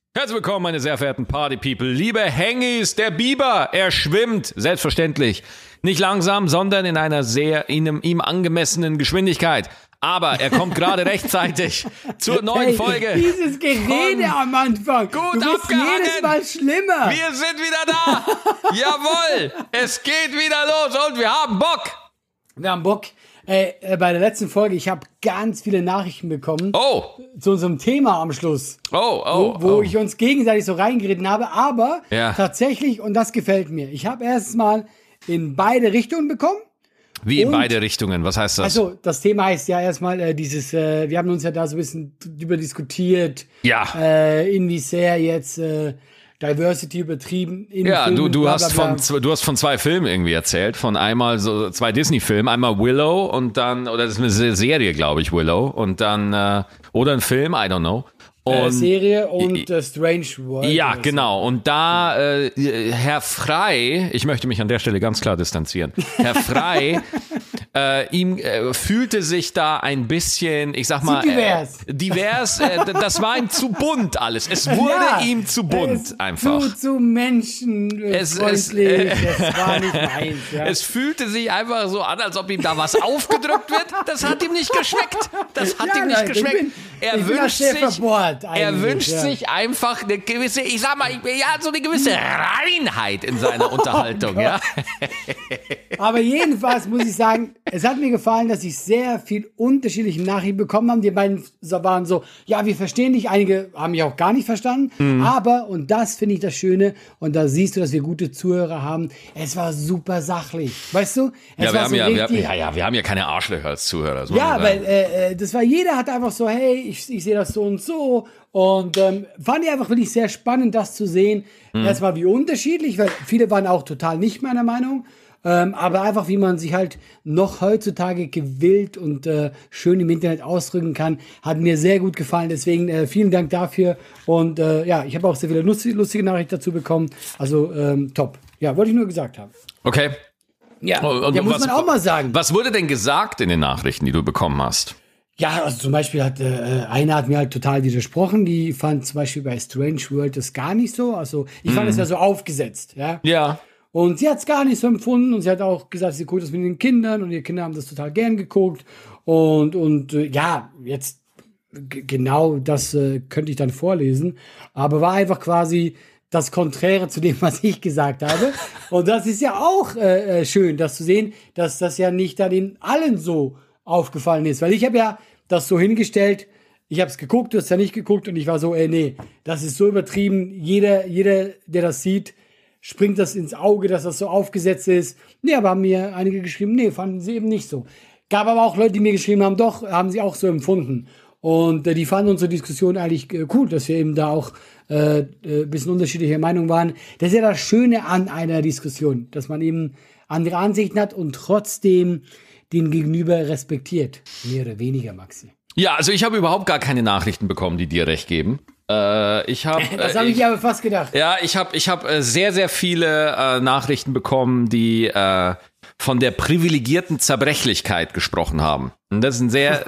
Herzlich willkommen, meine sehr verehrten Party-People. Liebe Hengis, der Biber, er schwimmt, selbstverständlich. Nicht langsam, sondern in einer ihm angemessenen Geschwindigkeit. Aber er kommt gerade rechtzeitig zur neuen Folge. Dieses Gerede am Anfang. Gut du bist abgehangen. Jedes Mal schlimmer. Wir sind wieder da. Jawohl, es geht wieder los und wir haben Bock. Wir haben Bock. Bei der letzten Folge, ich habe ganz viele Nachrichten bekommen zu unserem Thema am Schluss. Wo ich uns gegenseitig so reingeritten habe. Aber tatsächlich, und das gefällt mir, ich habe erst mal in beide Richtungen bekommen. Wie in beide Richtungen? Was heißt das? Also, das Thema heißt ja erstmal wir haben uns ja da so ein bisschen drüber diskutiert. Ja. Inwiefern jetzt Diversity übertrieben in Filmen, du hast von zwei Filmen irgendwie erzählt, von einmal so zwei Disney-Filmen, einmal Willow und dann, oder das ist eine Serie, glaube ich, Willow, und dann, oder ein Film, I don't know. Und, Serie und Strange World. Ja, genau. Und da Herr Frey, ich möchte mich an der Stelle ganz klar distanzieren, Herr Frey, ihm fühlte sich da ein bisschen, ich sag mal, divers, das war ihm zu bunt alles. Es wurde ihm zu bunt einfach. Zu menschenfreundlich, das war nicht meins. Ja. Es fühlte sich einfach so an, als ob ihm da was aufgedrückt wird. Das hat ihm nicht geschmeckt. Er wünscht sich einfach eine gewisse, ich sag mal, so eine gewisse Reinheit in seiner Unterhaltung, ja. Aber jedenfalls muss ich sagen, es hat mir gefallen, dass ich sehr viel unterschiedliche Nachrichten bekommen habe. Die beiden waren so, ja, wir verstehen dich. Einige haben mich auch gar nicht verstanden. Aber, und das finde ich das Schöne, und da siehst du, dass wir gute Zuhörer haben, es war super sachlich. Weißt du? Wir haben ja keine Arschlöcher als Zuhörer. Weil jeder hat einfach so, hey, ich sehe das so und so. Und fand ich einfach wirklich sehr spannend, das zu sehen. Erstmal wie unterschiedlich, weil viele waren auch total nicht meiner Meinung. Aber einfach, wie man sich halt noch heutzutage gewillt und schön im Internet ausdrücken kann, hat mir sehr gut gefallen. Deswegen vielen Dank dafür. Und ich habe auch sehr viele lustige Nachrichten dazu bekommen. Also top. Ja, wollte ich nur gesagt haben. Okay. Ja, muss man auch mal sagen. Was wurde denn gesagt in den Nachrichten, die du bekommen hast? Ja, also zum Beispiel einer hat mir halt total widersprochen. Die fand zum Beispiel bei Strange World das gar nicht so. Also ich fand es ja so aufgesetzt. Ja. Ja. Und sie hat es gar nicht so empfunden und sie hat auch gesagt, sie guckt das mit den Kindern und ihre Kinder haben das total gern geguckt und jetzt genau das könnte ich dann vorlesen, aber war einfach quasi das Konträre zu dem, was ich gesagt habe. Und das ist ja auch schön, das zu sehen, dass das ja nicht dann in allen so aufgefallen ist, weil ich habe ja das so hingestellt, ich habe es geguckt, du hast ja nicht geguckt und ich war so, nee, das ist so übertrieben, jeder, der das sieht, springt das ins Auge, dass das so aufgesetzt ist. Nee, aber haben mir einige geschrieben, nee, fanden sie eben nicht so. Gab aber auch Leute, die mir geschrieben haben, doch, haben sie auch so empfunden. Und die fanden unsere Diskussion eigentlich cool, dass wir eben da auch ein bisschen unterschiedliche Meinungen waren. Das ist ja das Schöne an einer Diskussion, dass man eben andere Ansichten hat und trotzdem den Gegenüber respektiert. Mehr oder weniger, Maxi. Ja, also ich habe überhaupt gar keine Nachrichten bekommen, die dir recht geben. Das habe ich aber fast gedacht. Ja, ich hab sehr, sehr viele Nachrichten bekommen, die von der privilegierten Zerbrechlichkeit gesprochen haben. Und das ist ein sehr...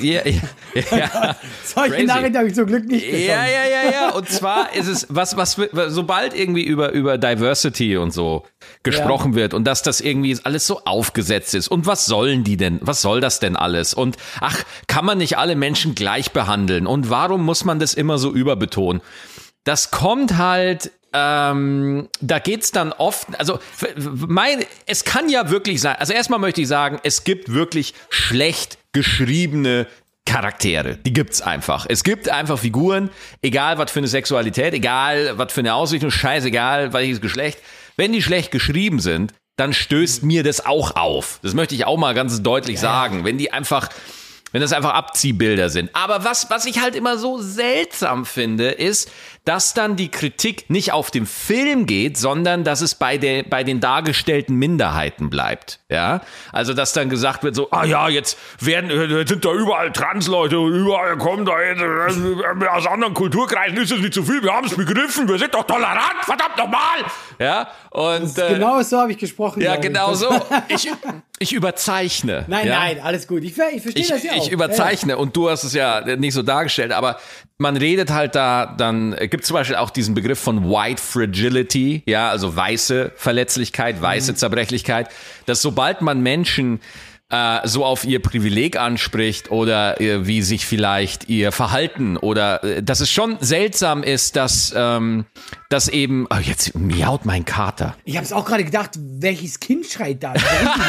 Solche Nachrichten habe ich zum Glück nicht bekommen. Ja. Und zwar ist es, sobald irgendwie über Diversity und so gesprochen wird und dass das irgendwie alles so aufgesetzt ist und was sollen die denn? Was soll das denn alles? Und kann man nicht alle Menschen gleich behandeln? Und warum muss man das immer so überbetonen? Das kommt halt... da geht's dann oft, also es kann ja wirklich sein, also erstmal möchte ich sagen, es gibt wirklich schlecht geschriebene Charaktere, die gibt's einfach. Es gibt einfach Figuren, egal was für eine Sexualität, egal was für eine Ausrichtung, scheißegal welches Geschlecht, wenn die schlecht geschrieben sind, dann stößt mir das auch auf. Das möchte ich auch mal ganz deutlich sagen, wenn das einfach Abziehbilder sind. Aber was ich halt immer so seltsam finde, ist, dass dann die Kritik nicht auf den Film geht, sondern dass es bei den dargestellten Minderheiten bleibt. Ja, also dass dann gesagt wird so, jetzt sind da überall Transleute, überall kommen da jetzt aus anderen Kulturkreisen, ist es nicht zu viel, wir haben es begriffen, wir sind doch tolerant, verdammt nochmal. Ja, und genau so habe ich gesprochen. Ja, genau so. Ich überzeichne. Nein, alles gut. Ich verstehe das ja auch. Ich überzeichne und du hast es ja nicht so dargestellt, aber man redet halt da, dann gibt gibt zum Beispiel auch diesen Begriff von White Fragility, ja, also weiße Verletzlichkeit, weiße Zerbrechlichkeit, dass sobald man Menschen so auf ihr Privileg anspricht oder wie sich vielleicht ihr Verhalten oder dass es schon seltsam ist, dass eben, jetzt miaut mein Kater. Ich habe es auch gerade gedacht, welches Kind schreit da? Das ist richtig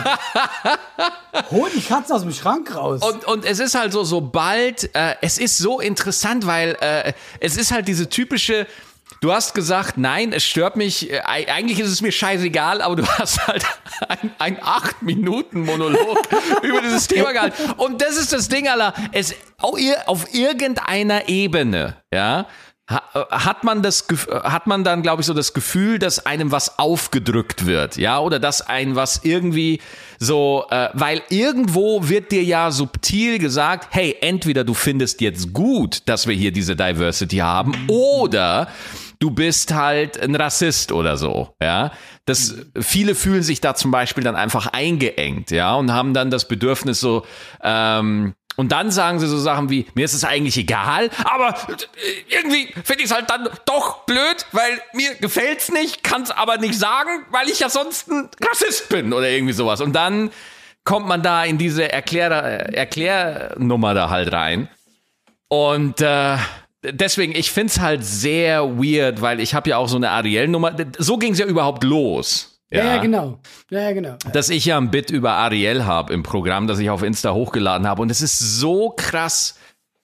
laut. Hol die Katze aus dem Schrank raus. Und es ist halt so, sobald, es ist so interessant, weil es ist halt diese typische. Du hast gesagt, nein, es stört mich, eigentlich ist es mir scheißegal, aber du hast halt ein 8-Minuten-Monolog über dieses Thema gehalten. Und das ist das Ding, Alter, auf irgendeiner Ebene, ja, hat man dann, glaube ich, so das Gefühl, dass einem was aufgedrückt wird, ja, oder dass ein was irgendwie so, weil irgendwo wird dir ja subtil gesagt, hey, entweder du findest jetzt gut, dass wir hier diese Diversity haben, oder du bist halt ein Rassist oder so, ja. Viele fühlen sich da zum Beispiel dann einfach eingeengt, ja, und haben dann das Bedürfnis so, und dann sagen sie so Sachen wie, mir ist es eigentlich egal, aber irgendwie finde ich es halt dann doch blöd, weil mir gefällt's nicht, kann's aber nicht sagen, weil ich ja sonst ein Rassist bin oder irgendwie sowas. Und dann kommt man da in diese Erklärnummer da halt rein. Und deswegen, ich find's halt sehr weird, weil ich habe ja auch so eine Ariel-Nummer. So ging's ja überhaupt los. Ja, genau. Ja, genau. Dass ich ja ein Bit über Ariel habe im Programm, das ich auf Insta hochgeladen habe. Und es ist so krass,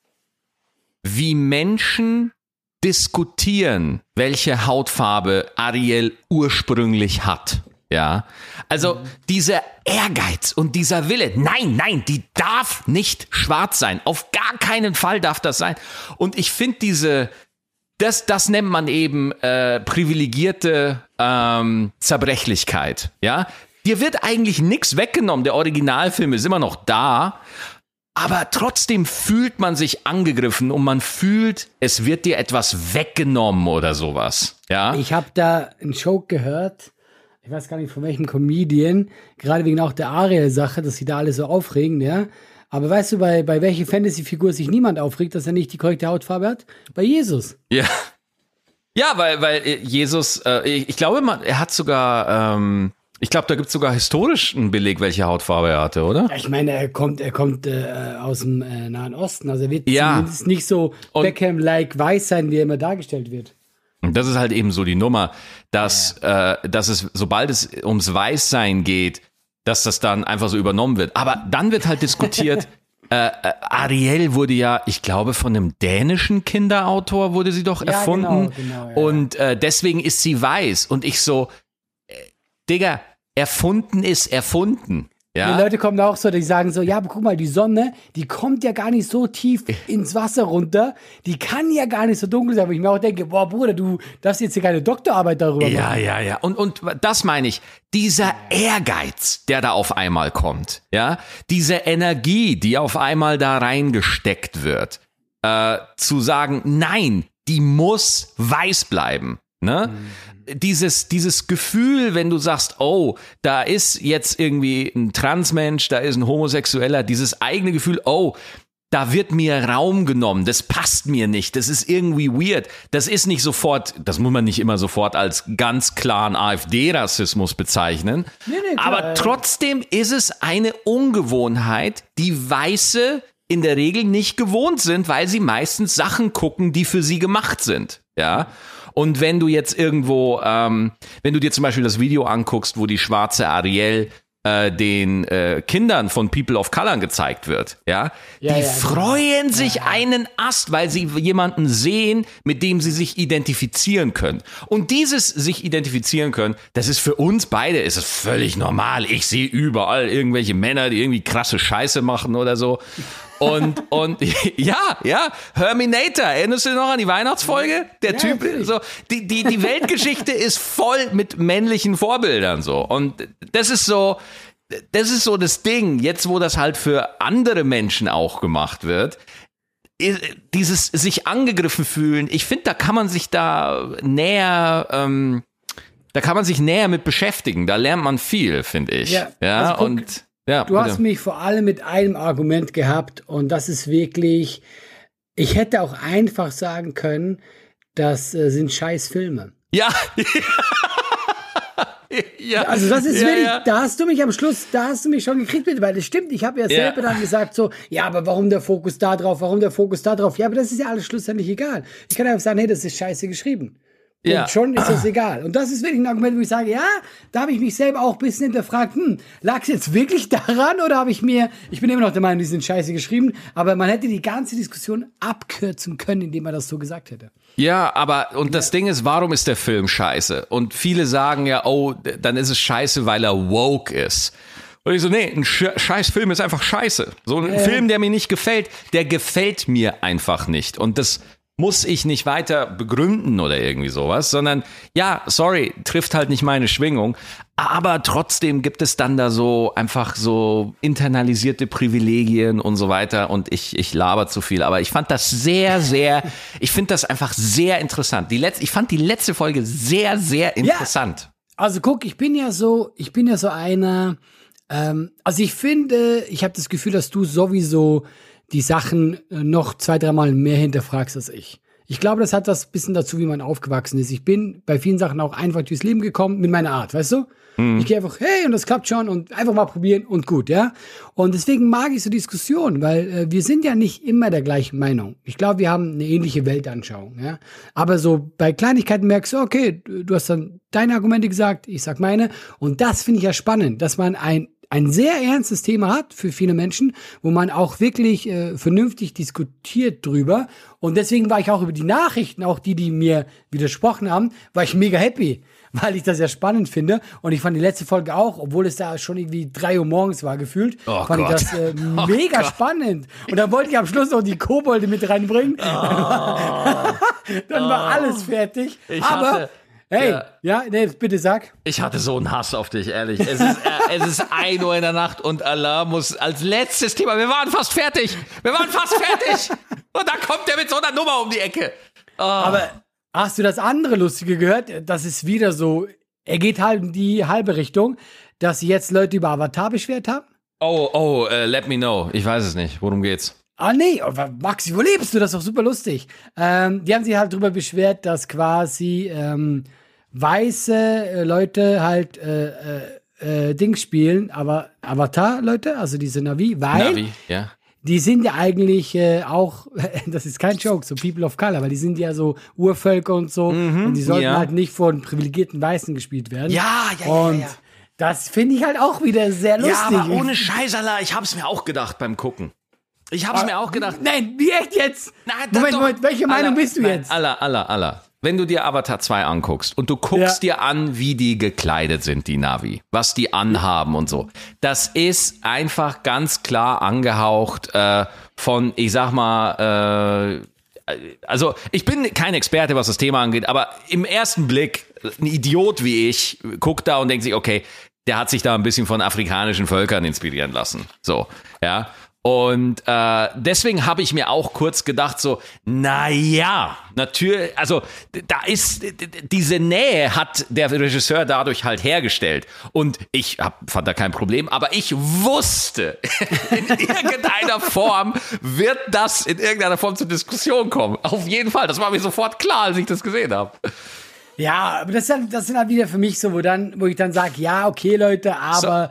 wie Menschen diskutieren, welche Hautfarbe Ariel ursprünglich hat. Ja, also dieser Ehrgeiz und dieser Wille, nein, die darf nicht schwarz sein. Auf gar keinen Fall darf das sein. Und ich finde das nennt man eben privilegierte Zerbrechlichkeit. Ja, dir wird eigentlich nichts weggenommen. Der Originalfilm ist immer noch da, aber trotzdem fühlt man sich angegriffen und man fühlt, es wird dir etwas weggenommen oder sowas. Ja, ich habe da einen Joke gehört. Ich weiß gar nicht von welchem Comedian, gerade wegen auch der Ariel-Sache, dass sie da alle so aufregen, ja. Aber weißt du, bei welcher Fantasy-Figur sich niemand aufregt, dass er nicht die korrekte Hautfarbe hat? Bei Jesus. Ja. Ja, weil Jesus, ich glaube, er hat sogar, ich glaube, da gibt es sogar historisch einen Beleg, welche Hautfarbe er hatte, oder? Ja, ich meine, er kommt aus dem Nahen Osten, also er wird zumindest nicht so Beckham-like weiß sein, wie er immer dargestellt wird. Und das ist halt eben so die Nummer, dass es, sobald es ums Weißsein geht, dass das dann einfach so übernommen wird. Aber dann wird halt diskutiert, Ariel wurde ja, ich glaube, von einem dänischen Kinderautor wurde sie doch erfunden. Genau, ja. Und deswegen ist sie weiß. Und ich so, Digga, erfunden ist erfunden. Ja? Die Leute kommen auch so, die sagen so, ja, aber guck mal, die Sonne, die kommt ja gar nicht so tief ins Wasser runter, die kann ja gar nicht so dunkel sein, wo ich mir auch denke, boah, Bruder, du darfst jetzt hier keine Doktorarbeit darüber machen. Ja. Und das meine ich, dieser Ehrgeiz, der da auf einmal kommt, ja, diese Energie, die auf einmal da reingesteckt wird, zu sagen, nein, die muss weiß bleiben, ne? Dieses Gefühl, wenn du sagst, oh, da ist jetzt irgendwie ein Transmensch, da ist ein Homosexueller, dieses eigene Gefühl, oh, da wird mir Raum genommen, das passt mir nicht, das ist irgendwie weird, das ist nicht sofort, das muss man nicht immer sofort als ganz klaren AfD-Rassismus bezeichnen, nee, klar, aber trotzdem ist es eine Ungewohnheit, die Weiße in der Regel nicht gewohnt sind, weil sie meistens Sachen gucken, die für sie gemacht sind, ja. Und wenn du jetzt irgendwo, wenn du dir zum Beispiel das Video anguckst, wo die schwarze Ariel den Kindern von People of Color gezeigt wird, die freuen sich einen Ast, weil sie jemanden sehen, mit dem sie sich identifizieren können. Und dieses sich identifizieren können, das ist für uns beide, ist es völlig normal. Ich sehe überall irgendwelche Männer, die irgendwie krasse Scheiße machen oder so. Und ja, Herminator, erinnerst du dich noch an die Weihnachtsfolge? Der Typ, so, die Weltgeschichte ist voll mit männlichen Vorbildern, so. Und das ist so das Ding, jetzt wo das halt für andere Menschen auch gemacht wird, dieses sich angegriffen fühlen, ich finde, da kann man sich näher mit beschäftigen, da lernt man viel, finde ich. Ja, also guck, und ja, du hast mich vor allem mit einem Argument gehabt und das ist wirklich, ich hätte auch einfach sagen können, das sind scheiß Filme. Ja. Ja. Also das ist wirklich, da hast du mich am Schluss, da hast du mich schon gekriegt, weil das stimmt, ich habe ja selber dann gesagt so, ja, aber warum der Fokus da drauf, Ja, aber das ist ja alles schlussendlich egal. Ich kann einfach sagen, hey, das ist scheiße geschrieben. Und schon ist das egal. Und das ist wirklich ein Argument, wo ich sage, ja, da habe ich mich selber auch ein bisschen hinterfragt, lag es jetzt wirklich daran oder ich bin immer noch der Meinung, die sind scheiße geschrieben, aber man hätte die ganze Diskussion abkürzen können, indem man das so gesagt hätte. Ja, aber, und das Ding ist, warum ist der Film scheiße? Und viele sagen ja, oh, dann ist es scheiße, weil er woke ist. Und ich so, nee, ein scheiß Film ist einfach scheiße. So ein Film, der mir nicht gefällt, der gefällt mir einfach nicht. Und das muss ich nicht weiter begründen oder irgendwie sowas, sondern ja, sorry, trifft halt nicht meine Schwingung, aber trotzdem gibt es dann da so einfach so internalisierte Privilegien und so weiter und ich laber zu viel, aber ich fand das ich finde das einfach sehr interessant. Ich fand die letzte Folge sehr, sehr interessant. Ja, also guck, ich bin ja so einer, also ich finde, ich habe das Gefühl, dass du sowieso die Sachen noch 2-3 Mal mehr hinterfragst als ich. Ich glaube, das hat was ein bisschen dazu, wie man aufgewachsen ist. Ich bin bei vielen Sachen auch einfach durchs Leben gekommen mit meiner Art, weißt du? Ich gehe einfach, hey, und das klappt schon und einfach mal probieren und gut, ja? Und deswegen mag ich so Diskussionen, weil wir sind ja nicht immer der gleichen Meinung. Ich glaube, wir haben eine ähnliche Weltanschauung, ja? Aber so bei Kleinigkeiten merkst du, okay, du hast dann deine Argumente gesagt, ich sag meine. Und das finde ich ja spannend, dass man ein sehr ernstes Thema hat für viele Menschen, wo man auch wirklich vernünftig diskutiert drüber. Und deswegen war ich auch über die Nachrichten, auch die mir widersprochen haben, war ich mega happy, weil ich das ja spannend finde. Und ich fand die letzte Folge auch, obwohl es da schon irgendwie 3 Uhr morgens war gefühlt, fand ich das mega spannend. Und dann wollte ich am Schluss noch die Kobolde mit reinbringen. Dann war alles fertig. Hey, nee, bitte sag. Ich hatte so einen Hass auf dich, ehrlich. Es ist 1 Uhr in der Nacht und Alarm muss als letztes Thema. Wir waren fast fertig. Und dann kommt der mit so einer Nummer um die Ecke. Oh. Aber hast du das andere Lustige gehört? Das ist wieder so, er geht halt in die halbe Richtung, dass sich jetzt Leute über Avatar beschwert haben. Let me know. Ich weiß es nicht. Worum geht's? Ah nee, Maxi, wo lebst du? Das ist doch super lustig. Die haben sich halt drüber beschwert, dass quasi weiße Leute halt Dings spielen, aber Avatar-Leute, also diese Navi, weil die sind ja eigentlich auch, das ist kein Joke, so People of Color, weil die sind ja so Urvölker und so und die sollten halt nicht von privilegierten Weißen gespielt werden. Ja. Das finde ich halt auch wieder sehr lustig. Ja, aber ohne Scheißerla, ich hab's mir auch gedacht beim Gucken. Nein, wie echt jetzt? Nein, Moment, welche Meinung bist du jetzt? Alla. Wenn du dir Avatar 2 anguckst und du guckst dir an, wie die gekleidet sind, die Navi, was die anhaben und so, das ist einfach ganz klar angehaucht von, ich sag mal, also ich bin kein Experte, was das Thema angeht, aber im ersten Blick, ein Idiot wie ich, guckt da und denkt sich, okay, der hat sich da ein bisschen von afrikanischen Völkern inspirieren lassen. So, ja. Und deswegen habe ich mir auch kurz gedacht, so, naja, natürlich, also da ist, diese Nähe hat der Regisseur dadurch halt hergestellt. Und ich fand da kein Problem, aber ich wusste, in irgendeiner Form wird das in irgendeiner Form zur Diskussion kommen. Auf jeden Fall, das war mir sofort klar, als ich das gesehen habe. Ja, aber das sind halt wieder für mich so, wo ich dann sage, ja, okay, Leute, aber...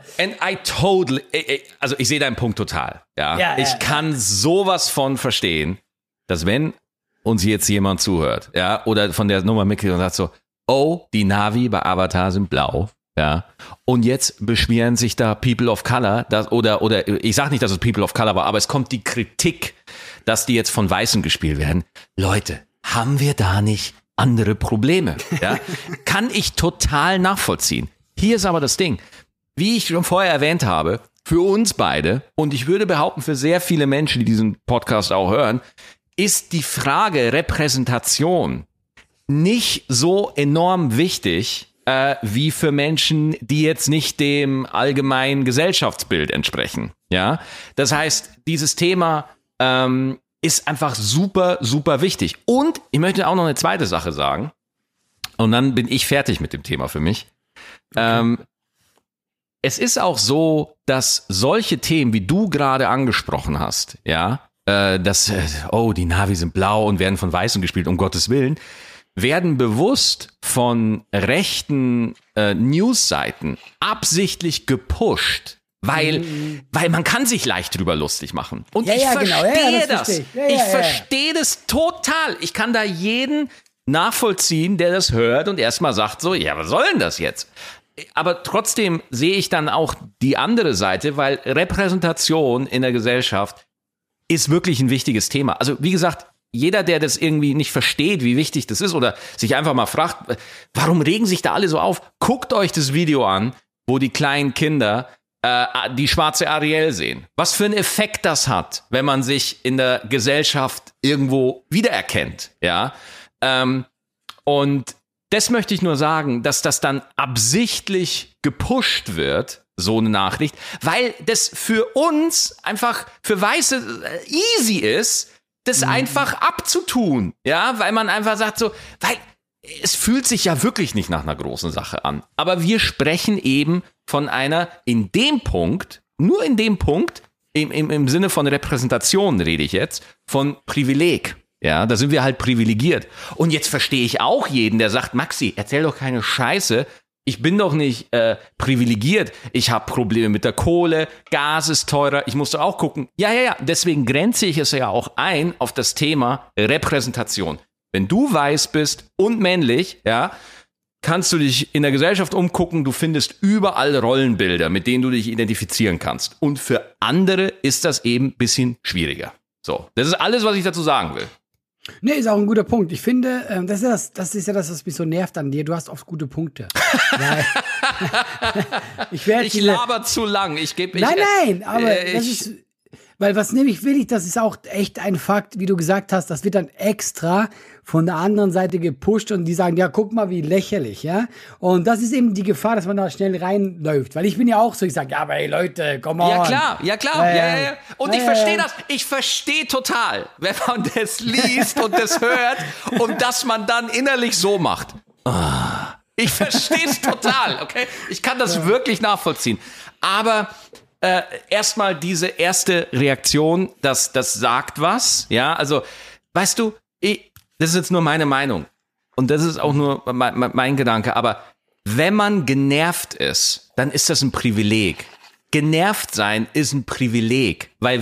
Also ich sehe deinen Punkt total, ja. Ich kann sowas von verstehen, dass wenn uns jetzt jemand zuhört, ja, oder von der Nummer mitkriegt und sagt so, oh, die Navi bei Avatar sind blau, ja, und jetzt beschweren sich da People of Color, oder ich sag nicht, dass es People of Color war, aber es kommt die Kritik, dass die jetzt von Weißen gespielt werden. Leute, haben wir da nicht andere Probleme, ja? Kann ich total nachvollziehen. Hier ist aber das Ding, wie ich schon vorher erwähnt habe, für uns beide, und ich würde behaupten, für sehr viele Menschen, die diesen Podcast auch hören, ist die Frage Repräsentation nicht so enorm wichtig, wie für Menschen, die jetzt nicht dem allgemeinen Gesellschaftsbild entsprechen, ja? Das heißt, dieses Thema, ist einfach super, super wichtig. Und ich möchte auch noch eine zweite Sache sagen. Und dann bin ich fertig mit dem Thema für mich. Okay. Es ist auch so, dass solche Themen, wie du gerade angesprochen hast, ja, die Navi sind blau und werden von Weißen gespielt, um Gottes Willen, werden bewusst von rechten Newsseiten absichtlich gepusht, weil man kann sich leicht drüber lustig machen. Und ich verstehe das. Ich verstehe das total. Ich kann da jeden nachvollziehen, der das hört und erstmal sagt so, ja, was soll denn das jetzt? Aber trotzdem sehe ich dann auch die andere Seite, weil Repräsentation in der Gesellschaft ist wirklich ein wichtiges Thema. Also wie gesagt, jeder, der das irgendwie nicht versteht, wie wichtig das ist oder sich einfach mal fragt, warum regen sich da alle so auf? Guckt euch das Video an, wo die kleinen Kinder die schwarze Ariel sehen. Was für einen Effekt das hat, wenn man sich in der Gesellschaft irgendwo wiedererkennt. Ja, und das möchte ich nur sagen, dass das dann absichtlich gepusht wird, so eine Nachricht, weil das für uns einfach, für Weiße easy ist, das einfach abzutun, ja, weil man einfach sagt so, weil es fühlt sich ja wirklich nicht nach einer großen Sache an, aber wir sprechen eben von einer, in dem Punkt, nur in dem Punkt, im Sinne von Repräsentation rede ich jetzt, von Privileg, ja, da sind wir halt privilegiert und jetzt verstehe ich auch jeden, der sagt, Maxi, erzähl doch keine Scheiße, ich bin doch nicht privilegiert. Ich habe Probleme mit der Kohle, Gas ist teurer, ich musste auch gucken. Ja, deswegen grenze ich es ja auch ein auf das Thema Repräsentation. Wenn du weiß bist und männlich, ja, kannst du dich in der Gesellschaft umgucken, du findest überall Rollenbilder, mit denen du dich identifizieren kannst. Und für andere ist das eben ein bisschen schwieriger. So, das ist alles, was ich dazu sagen will. Nee, ist auch ein guter Punkt. Ich finde, das ist ja das, was mich so nervt an dir. Du hast oft gute Punkte. ich laber zu lang. Nein, aber das ist, weil was nämlich will ich, das ist auch echt ein Fakt, wie du gesagt hast, das wird dann extra von der anderen Seite gepusht und die sagen, ja, guck mal, wie lächerlich, ja. Und das ist eben die Gefahr, dass man da schnell reinläuft. Weil ich bin ja auch so, ich sage, ja, aber hey Leute, komm on. Ja, klar. Ja. Und ich verstehe das. Ich verstehe total, wenn man das liest und das hört und dass man dann innerlich so macht. Ich verstehe es total, okay? Ich kann das wirklich nachvollziehen. Aber erstmal diese erste Reaktion, das sagt was, ja, also, weißt du, das ist jetzt nur meine Meinung und das ist auch nur mein Gedanke, aber wenn man genervt ist, dann ist das ein Privileg. Genervt sein ist ein Privileg, weil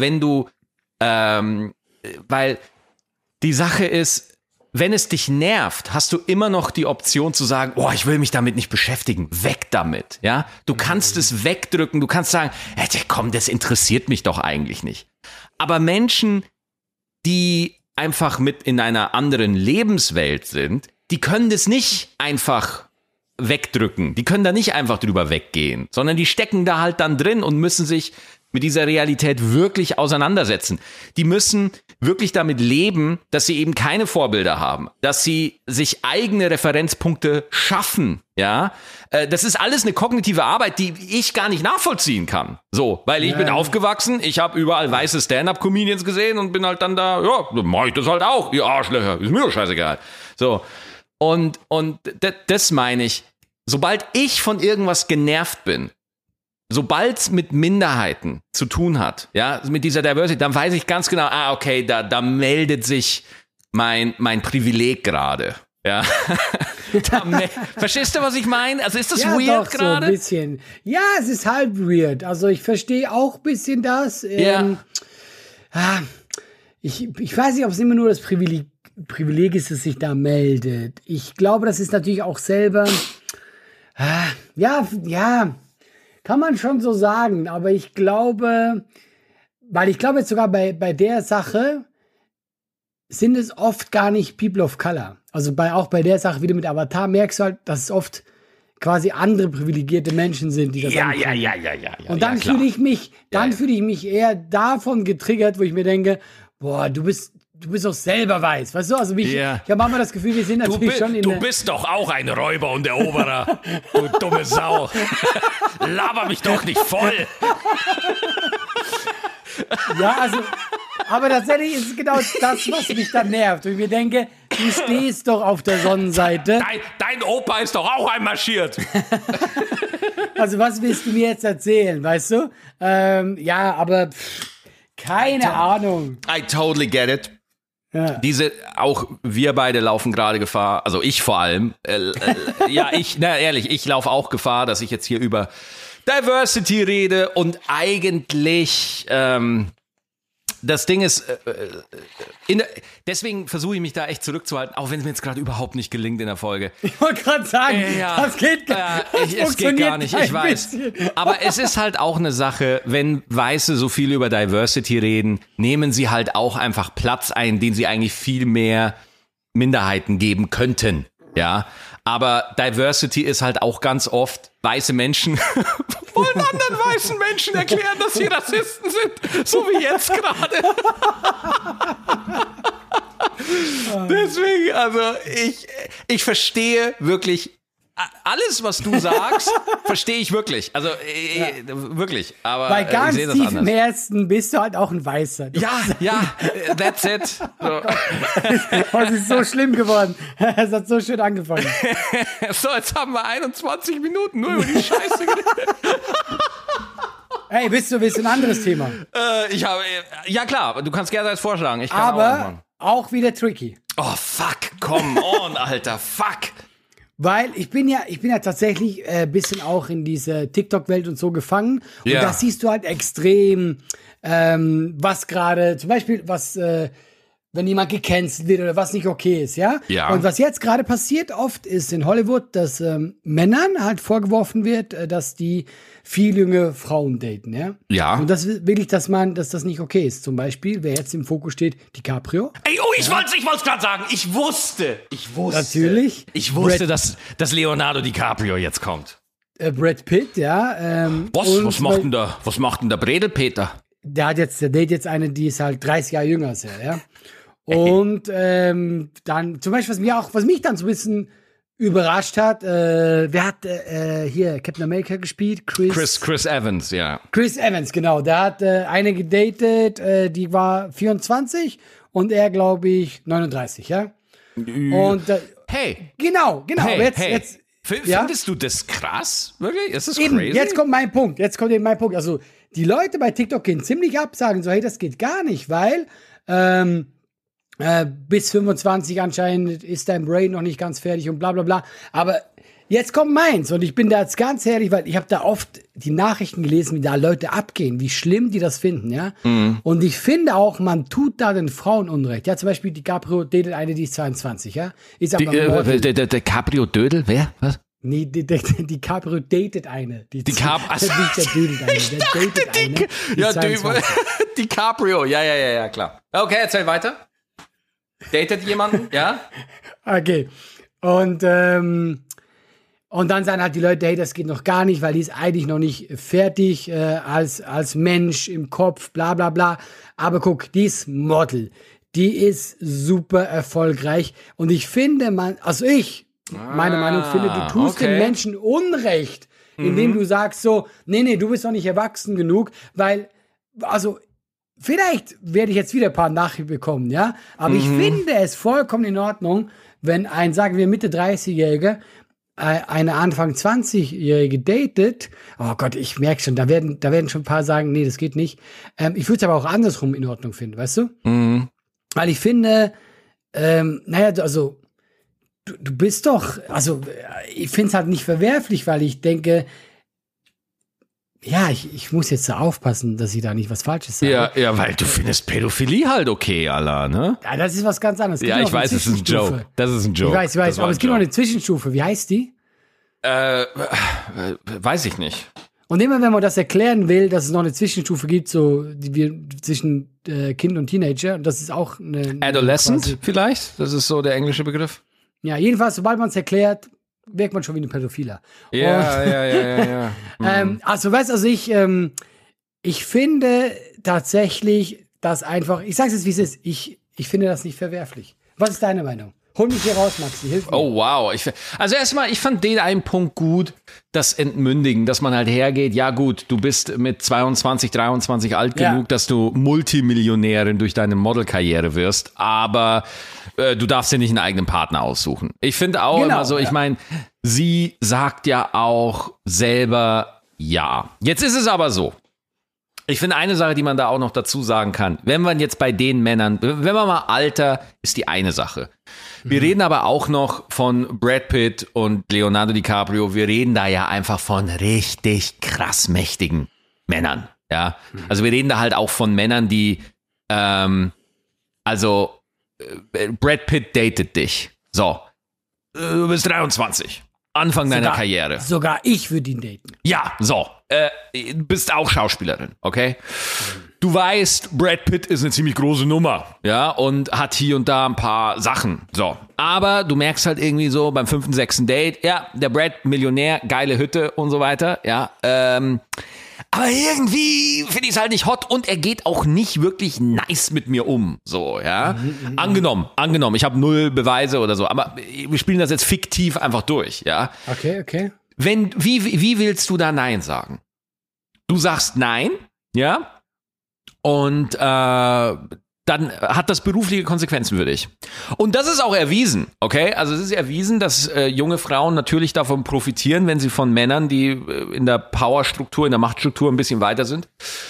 weil die Sache ist, wenn es dich nervt, hast du immer noch die Option zu sagen, oh, ich will mich damit nicht beschäftigen, weg damit, ja? Du kannst es wegdrücken, du kannst sagen, hey, komm, das interessiert mich doch eigentlich nicht. Aber Menschen, die einfach mit in einer anderen Lebenswelt sind, die können das nicht einfach wegdrücken, die können da nicht einfach drüber weggehen, sondern die stecken da halt dann drin und müssen sich mit dieser Realität wirklich auseinandersetzen. Die müssen wirklich damit leben, dass sie eben keine Vorbilder haben, dass sie sich eigene Referenzpunkte schaffen, ja. Das ist alles eine kognitive Arbeit, die ich gar nicht nachvollziehen kann. So, weil ich bin aufgewachsen, ich habe überall weiße Stand-up-Comedians gesehen und bin halt dann da, ja, mach ich das halt auch, ihr Arschlöcher, ist mir doch scheißegal. So, und das meine ich, sobald ich von irgendwas genervt bin, sobald es mit Minderheiten zu tun hat, ja, mit dieser Diversity, dann weiß ich ganz genau, okay, da meldet sich mein Privileg gerade, ja. Verstehst du, was ich meine? Also ist das weird gerade? Ja, so ein bisschen. Ja, es ist halb weird. Also ich verstehe auch ein bisschen das. Ich weiß nicht, ob es immer nur das Privileg ist, das sich da meldet. Ich glaube, das ist natürlich auch selber, kann man schon so sagen, aber ich glaube jetzt sogar bei der Sache sind es oft gar nicht People of Color. Also auch bei der Sache wieder mit Avatar merkst du halt, dass es oft quasi andere privilegierte Menschen sind, die das anfangen. Ja. Und dann fühle ich mich eher davon getriggert, wo ich mir denke, boah, du bist doch selber weiß, weißt du? Also ich habe manchmal das Gefühl, wir sind natürlich schon in Du bist doch auch ein Räuber und Eroberer, du dumme Sau. Laber mich doch nicht voll. Ja, also, aber tatsächlich ist es genau das, was mich dann nervt. Und ich mir denke, du stehst doch auf der Sonnenseite. Dein Opa ist doch auch einmarschiert. Also was willst du mir jetzt erzählen, weißt du? Aber keine Ahnung. I totally get it. Auch wir beide laufen gerade Gefahr, also ich vor allem, ich laufe auch Gefahr, dass ich jetzt hier über Diversity rede und eigentlich, das Ding ist, deswegen versuche ich mich da echt zurückzuhalten, auch wenn es mir jetzt gerade überhaupt nicht gelingt in der Folge. Ich wollte gerade sagen, das geht gar nicht. Es geht gar nicht, ich weiß. Aber es ist halt auch eine Sache, wenn Weiße so viel über Diversity reden, nehmen sie halt auch einfach Platz ein, den sie eigentlich viel mehr Minderheiten geben könnten. Ja, aber Diversity ist halt auch ganz oft weiße Menschen wollen anderen weißen Menschen erklären, dass sie Rassisten sind, so wie jetzt gerade. Deswegen, also ich verstehe wirklich alles, was du sagst, verstehe ich wirklich. Also wirklich. Aber bei ganz ich tief im Herzen bist du halt auch ein Weißer. Ja, that's it. So. Das ist so schlimm geworden. Es hat so schön angefangen. So, jetzt haben wir 21 Minuten nur über die Scheiße geredet. Hey, willst du ein anderes Thema? Ja klar, du kannst gerne das vorschlagen. Ich kann aber auch wieder tricky. Oh fuck, come on, Alter, fuck. Weil ich bin ja tatsächlich ein bisschen auch in diese TikTok-Welt und so gefangen. Und da siehst du halt extrem, was gerade, zum Beispiel, wenn jemand gecancelt wird oder was nicht okay ist, ja? Und was jetzt gerade passiert oft ist in Hollywood, dass Männern halt vorgeworfen wird, dass die viel junge Frauen daten, ja? Ja. Und das will ich, dass das nicht okay ist. Zum Beispiel, wer jetzt im Fokus steht, DiCaprio. Ey, ich wollte es gerade sagen. Ich wusste. Natürlich. Ich wusste, dass Leonardo DiCaprio jetzt kommt. Brad Pitt, ja. Was macht denn der Bredelpeter? Der datet jetzt eine, die ist halt 30 Jahre jünger als er, ja. Und dann zum Beispiel, was mich dann so ein bisschen überrascht hat, wer hat hier Captain America gespielt? Chris Evans, ja. Chris Evans, genau. Der hat eine gedatet, die war 24 und er, glaube ich, 39, ja. Und hey. Genau. Hey, jetzt findest du das krass? Wirklich? Ist das eben, crazy? Jetzt kommt mein Punkt. Also, die Leute bei TikTok gehen ziemlich ab, sagen so, hey, das geht gar nicht, weil bis 25 anscheinend ist dein Brain noch nicht ganz fertig und bla bla bla. Aber jetzt kommt meins und ich bin da jetzt ganz ehrlich, weil ich habe da oft die Nachrichten gelesen, wie da Leute abgehen, wie schlimm die das finden, ja. Mhm. Und ich finde auch, man tut da den Frauen Unrecht. Ja, zum Beispiel DiCaprio datet eine, die ist 22, ja. Ist aber DiCaprio Dödel, wer? Was? Nee, DiCaprio datet eine. Nicht der datet eine, der datet eine. Ja, DiCaprio, ja, klar. Okay, erzähl weiter. Datet jemanden, ja? Okay. Und dann sagen halt die Leute, hey, das geht noch gar nicht, weil die ist eigentlich noch nicht fertig als Mensch im Kopf, bla bla bla. Aber guck, die ist Model. Die ist super erfolgreich. Und ich finde, meine Meinung finde, du tust den Menschen Unrecht, indem du sagst so, nee, du bist noch nicht erwachsen genug, weil, vielleicht werde ich jetzt wieder ein paar Nachrichten bekommen, ja, aber ich finde es vollkommen in Ordnung, wenn ein, sagen wir, Mitte 30-Jähriger eine Anfang 20-Jährige datet. Oh Gott, ich merke schon, da werden schon ein paar sagen, nee, das geht nicht. Ich würde es aber auch andersrum in Ordnung finden, weißt du? Mhm. Weil ich finde, du bist doch, ich finde es halt nicht verwerflich, weil ich denke, ja, ich muss jetzt da aufpassen, dass ich da nicht was Falsches sage. Ja, weil du findest Pädophilie halt okay, Allah, ne? Ja, das ist was ganz anderes. Ja, ich weiß, es ist ein Joke. Das ist ein Joke. Ich weiß, aber es gibt noch eine Zwischenstufe. Wie heißt die? Weiß ich nicht. Und immer wenn man das erklären will, dass es noch eine Zwischenstufe gibt, so zwischen Kind und Teenager, und das ist auch eine Adolescent vielleicht? Das ist so der englische Begriff. Ja, jedenfalls, sobald man es erklärt, wirkt man schon wie ein Pädophiler. Ja. Ich finde tatsächlich, dass einfach, ich sag's jetzt, wie es ist, ich finde das nicht verwerflich. Was ist deine Meinung? Hol mich hier raus, Maxi, hilf mir. Oh, wow. Ich fand den einen Punkt gut, das Entmündigen, dass man halt hergeht, ja gut, du bist mit 22, 23 alt genug, dass du Multimillionärin durch deine Modelkarriere wirst, aber du darfst dir nicht einen eigenen Partner aussuchen. Ich finde auch immer so, ich meine, sie sagt ja auch selber ja. Jetzt ist es aber so. Ich finde eine Sache, die man da auch noch dazu sagen kann, wenn man jetzt bei den Männern, wenn man mal Alter, ist die eine Sache. Wir reden aber auch noch von Brad Pitt und Leonardo DiCaprio. Wir reden da ja einfach von richtig krass mächtigen Männern. Ja, also wir reden da halt auch von Männern, die, Brad Pitt datet dich. So, du bist 23. Anfang deiner Karriere. Sogar ich würde ihn daten. Ja, so. Bist auch Schauspielerin, okay? Du weißt, Brad Pitt ist eine ziemlich große Nummer, ja, und hat hier und da ein paar Sachen, so. Aber du merkst halt irgendwie so beim 5., 6. Date, ja, der Brad, Millionär, geile Hütte und so weiter, ja, aber irgendwie finde ich es halt nicht hot und er geht auch nicht wirklich nice mit mir um, so, ja. Angenommen, ich habe 0 Beweise oder so, aber wir spielen das jetzt fiktiv einfach durch, ja. Okay. Wie willst du da Nein sagen? Du sagst Nein, ja, und dann hat das berufliche Konsequenzen für dich. Und das ist auch erwiesen, okay? Also es ist erwiesen, dass junge Frauen natürlich davon profitieren, wenn sie von Männern, die in der Powerstruktur, in der Machtstruktur ein bisschen weiter sind,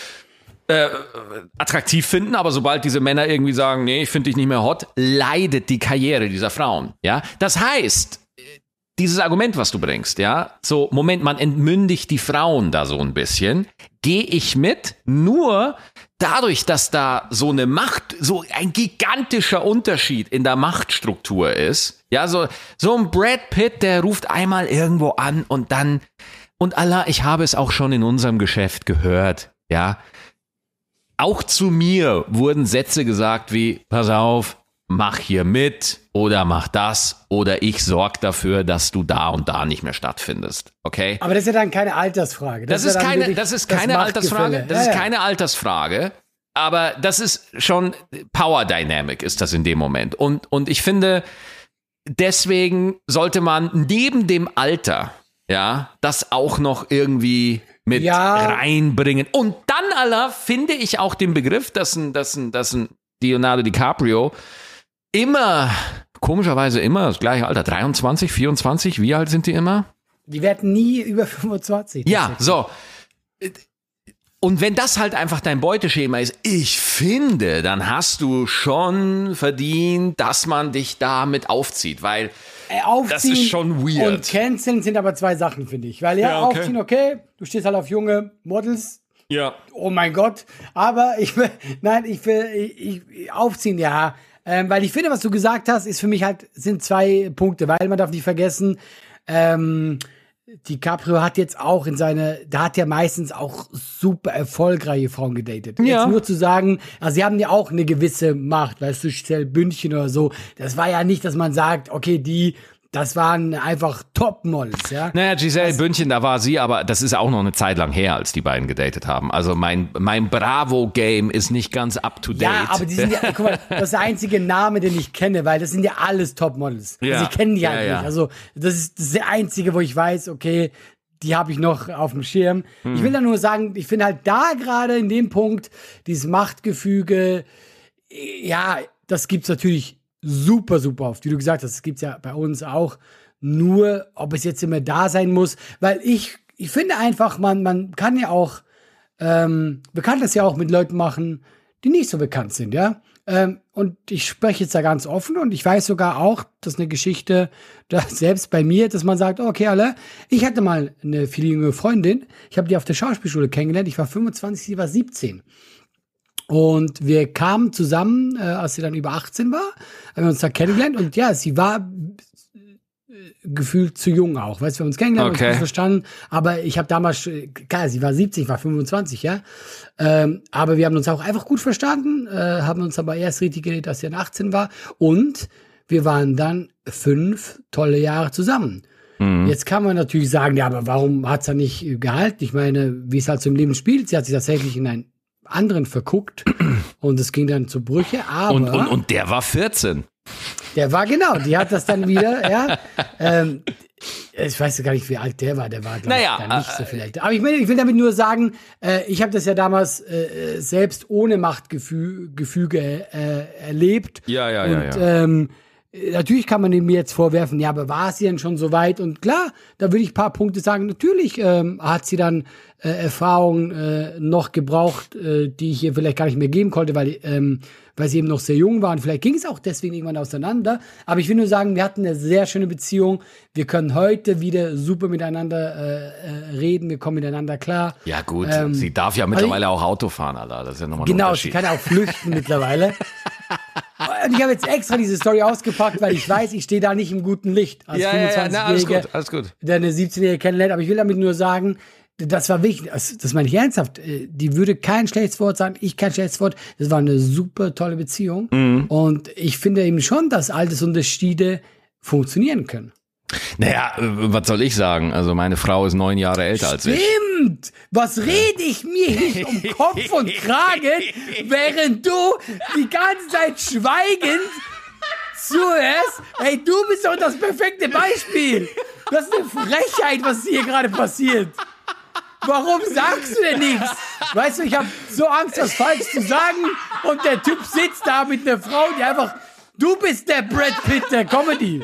attraktiv finden. Aber sobald diese Männer irgendwie sagen, nee, ich finde dich nicht mehr hot, leidet die Karriere dieser Frauen, ja? Das heißt, dieses Argument, was du bringst, ja, so, Moment, man entmündigt die Frauen da so ein bisschen, gehe ich mit, nur dadurch, dass da so eine Macht, so ein gigantischer Unterschied in der Machtstruktur ist, ja, so ein Brad Pitt, der ruft einmal irgendwo an und dann, und Allah, ich habe es auch schon in unserem Geschäft gehört, ja, auch zu mir wurden Sätze gesagt wie, pass auf, mach hier mit oder mach das oder ich sorge dafür, dass du da und da nicht mehr stattfindest, okay? Aber das ist ja dann keine Altersfrage. Das ist keine Altersfrage, aber das ist schon Power Dynamic ist das in dem Moment. Und ich finde, deswegen sollte man neben dem Alter, ja, das auch noch irgendwie mit reinbringen. Und dann, Allah, finde ich auch den Begriff, dass ein Leonardo DiCaprio komischerweise immer das gleiche Alter, 23, 24, wie alt sind die immer? Die werden nie über 25. Ja, so. Und wenn das halt einfach dein Beuteschema ist, ich finde, dann hast du schon verdient, dass man dich damit aufzieht, weil das ist schon weird. Und canceln sind aber 2 Sachen, finde ich. Weil aufziehen, okay, du stehst halt auf junge Models. Ja. Oh mein Gott. Aber ich will aufziehen, ja. Weil ich finde, was du gesagt hast, ist für mich halt, sind 2 Punkte, weil man darf nicht vergessen, DiCaprio hat jetzt auch da hat ja meistens auch super erfolgreiche Frauen gedatet. Ja. Jetzt nur zu sagen, also sie haben ja auch eine gewisse Macht, weißt du, Giselle Bündchen oder so. Das war ja nicht, dass man sagt, okay, das waren einfach Topmodels, ja. Naja, Giselle Bündchen, da war sie, aber das ist auch noch eine Zeit lang her, als die beiden gedatet haben. Also mein Bravo-Game ist nicht ganz up to date. Ja, aber die sind ja, guck mal, das ist der einzige Name, den ich kenne, weil das sind ja alles Topmodels. Ja. Also ich kenne die halt nicht. Also das ist der einzige, wo ich weiß, okay, die habe ich noch auf dem Schirm. Ich will da nur sagen, ich finde halt da gerade in dem Punkt, dieses Machtgefüge, ja, das gibt's natürlich super, super oft. Wie du gesagt hast, das gibt's ja bei uns auch. Nur, ob es jetzt immer da sein muss, weil ich finde einfach, man kann ja auch, man kann das ja auch mit Leuten machen, die nicht so bekannt sind, ja. Und ich spreche jetzt da ganz offen und ich weiß sogar auch, dass eine Geschichte, selbst bei mir, dass man sagt, okay, ich hatte mal eine viel jüngere Freundin, ich habe die auf der Schauspielschule kennengelernt, ich war 25, sie war 17. Und wir kamen zusammen, als sie dann über 18 war, haben wir uns da kennengelernt und ja, sie war gefühlt zu jung auch, weißt du, wir haben uns kennengelernt, uns gut verstanden, aber ich habe damals, klar, sie war 17, ich war 25, ja, aber wir haben uns auch einfach gut verstanden, haben uns aber erst richtig geredet, als sie dann 18 war und wir waren dann 5 tolle Jahre zusammen. Jetzt kann man natürlich sagen, ja, aber warum hat's dann nicht gehalten? Ich meine, wie es halt so im Leben spielt, sie hat sich tatsächlich in einen anderen verguckt und es ging dann zu Brüche, aber... Und der war 14. Der war genau, die hat das dann wieder, ja. Ich weiß gar nicht, wie alt der war glaube ich, dann nicht so viel älter. Aber ich will damit nur sagen, ich habe das ja damals selbst ohne Machtgefüge erlebt. Ja. Und natürlich kann man mir jetzt vorwerfen, ja, aber war sie denn schon so weit? Und klar, da würde ich ein paar Punkte sagen. Natürlich hat sie dann Erfahrungen noch gebraucht, die ich ihr vielleicht gar nicht mehr geben konnte, weil sie eben noch sehr jung war. Und vielleicht ging es auch deswegen irgendwann auseinander. Aber ich will nur sagen, wir hatten eine sehr schöne Beziehung. Wir können heute wieder super miteinander reden. Wir kommen miteinander klar. Ja gut, sie darf ja mittlerweile auch Auto fahren, Alter. Das ist ja nochmal ein Genau, Unterschied. sie kann auch flüchten mittlerweile. Und ich habe jetzt extra diese Story ausgepackt, weil ich weiß, ich stehe da nicht im guten Licht als 25-Jähriger, alles gut. der eine 17-Jährige kennenlernt. Aber ich will damit nur sagen, das war wichtig. Das meine ich ernsthaft. Die würde kein schlechtes Wort sagen, ich kein schlechtes Wort. Das war eine super tolle Beziehung. Und ich finde eben schon, dass Altersunterschiede funktionieren können. Naja, was soll ich sagen? Also meine Frau ist 9 Jahre älter als ich. Stimmt! Was rede ich mir nicht um Kopf und Kragen, während du die ganze Zeit schweigend zuhörst? Hey, du bist doch das perfekte Beispiel. Das ist eine Frechheit, was hier gerade passiert. Warum sagst du denn nichts? Weißt du, ich habe so Angst, was falsch zu sagen. Und der Typ sitzt da mit einer Frau, die einfach... Du bist der Brad Pitt der Comedy.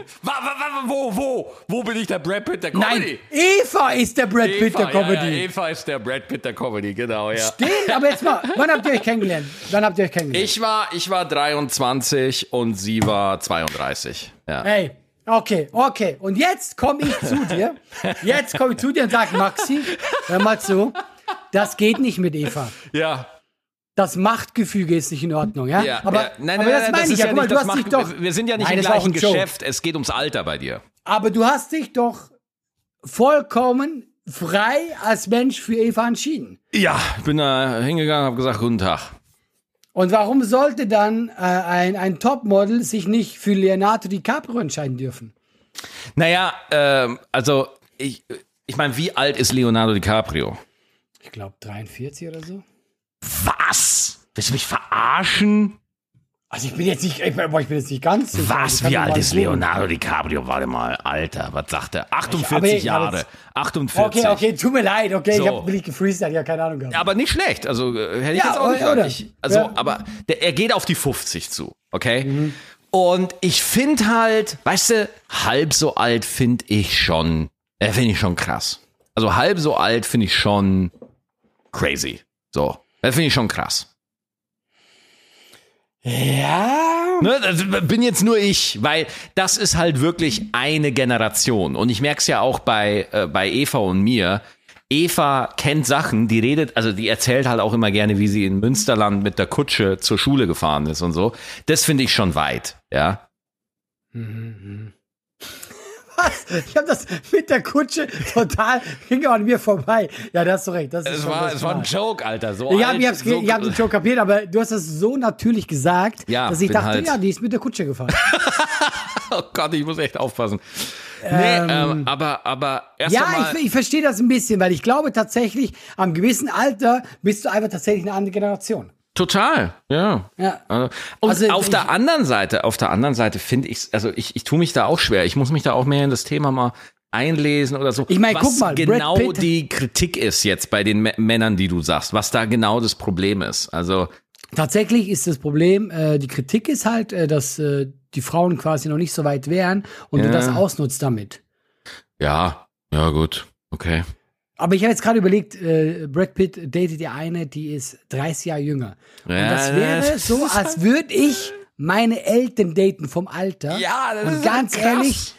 Wo bin ich der Brad Pitt der Comedy? Nein, Eva ist der Brad Pitt der Comedy. Ja, Eva ist der Brad Pitt der Comedy, genau, ja. Stimmt, aber jetzt mal, wann habt ihr euch kennengelernt? Ich war 23 und sie war 32. Ja. Hey, okay. Und jetzt komme ich zu dir. Und sag, Maxi, hör mal zu. Das geht nicht mit Eva. Ja. Das Machtgefüge ist nicht in Ordnung, ja? Aber das meine ich ja. Guck mal, du hast dich doch... Wir sind ja nicht im gleichen Geschäft. Es geht ums Alter bei dir. Aber du hast dich doch vollkommen frei als Mensch für Eva entschieden. Ja, ich bin da hingegangen und habe gesagt, guten Tag. Und warum sollte dann ein Topmodel sich nicht für Leonardo DiCaprio entscheiden dürfen? Naja, also ich meine, wie alt ist Leonardo DiCaprio? Ich glaube 43 oder so. Was? Willst du mich verarschen? Also ich bin jetzt nicht ganz sicher. Was? Wie alt ist Leonardo DiCaprio? Warte mal, Alter, was sagt er? 48 Jahre. 48. Okay, tut mir leid, okay, so. Ich habe wirklich gefreestylt, ja, keine Ahnung gehabt. Aber nicht schlecht, also hätte ich jetzt auch nicht gesagt. Aber er geht auf die 50 zu, okay? Und ich finde halt, weißt du, halb so alt finde ich schon krass. Also halb so alt finde ich schon crazy, so. Das finde ich schon krass. Ja. Ne, das bin jetzt nur ich, weil das ist halt wirklich eine Generation. Und ich merke es ja auch bei Eva und mir. Eva kennt Sachen, die erzählt halt auch immer gerne, wie sie in Münsterland mit der Kutsche zur Schule gefahren ist und so. Das finde ich schon weit, ja. Was? Ich habe das mit der Kutsche total, ging an mir vorbei. Ja, da hast du recht. Es war ein Joke, Alter. Ich habe den Joke kapiert, aber du hast das so natürlich gesagt, dass ich dachte, die ist mit der Kutsche gefahren. Oh Gott, ich muss echt aufpassen. Aber erst einmal... Ja, ich verstehe das ein bisschen, weil ich glaube tatsächlich, am gewissen Alter bist du einfach tatsächlich eine andere Generation. Total, ja. Und auf der anderen Seite finde ich, also ich tue mich da auch schwer. Ich muss mich da auch mehr in das Thema mal einlesen oder so. Ich meine, guck mal, genau die Kritik ist jetzt bei den Männern, die du sagst, was da genau das Problem ist. Also tatsächlich ist das Problem, die Kritik ist halt, dass die Frauen quasi noch nicht so weit wären und du das ausnutzt damit. Ja, gut, okay. Aber ich habe jetzt gerade überlegt, Brad Pitt datet ja eine, die ist 30 Jahre jünger. Und das wäre so, als würde ich meine Eltern daten vom Alter. Ja, das und ganz ehrlich,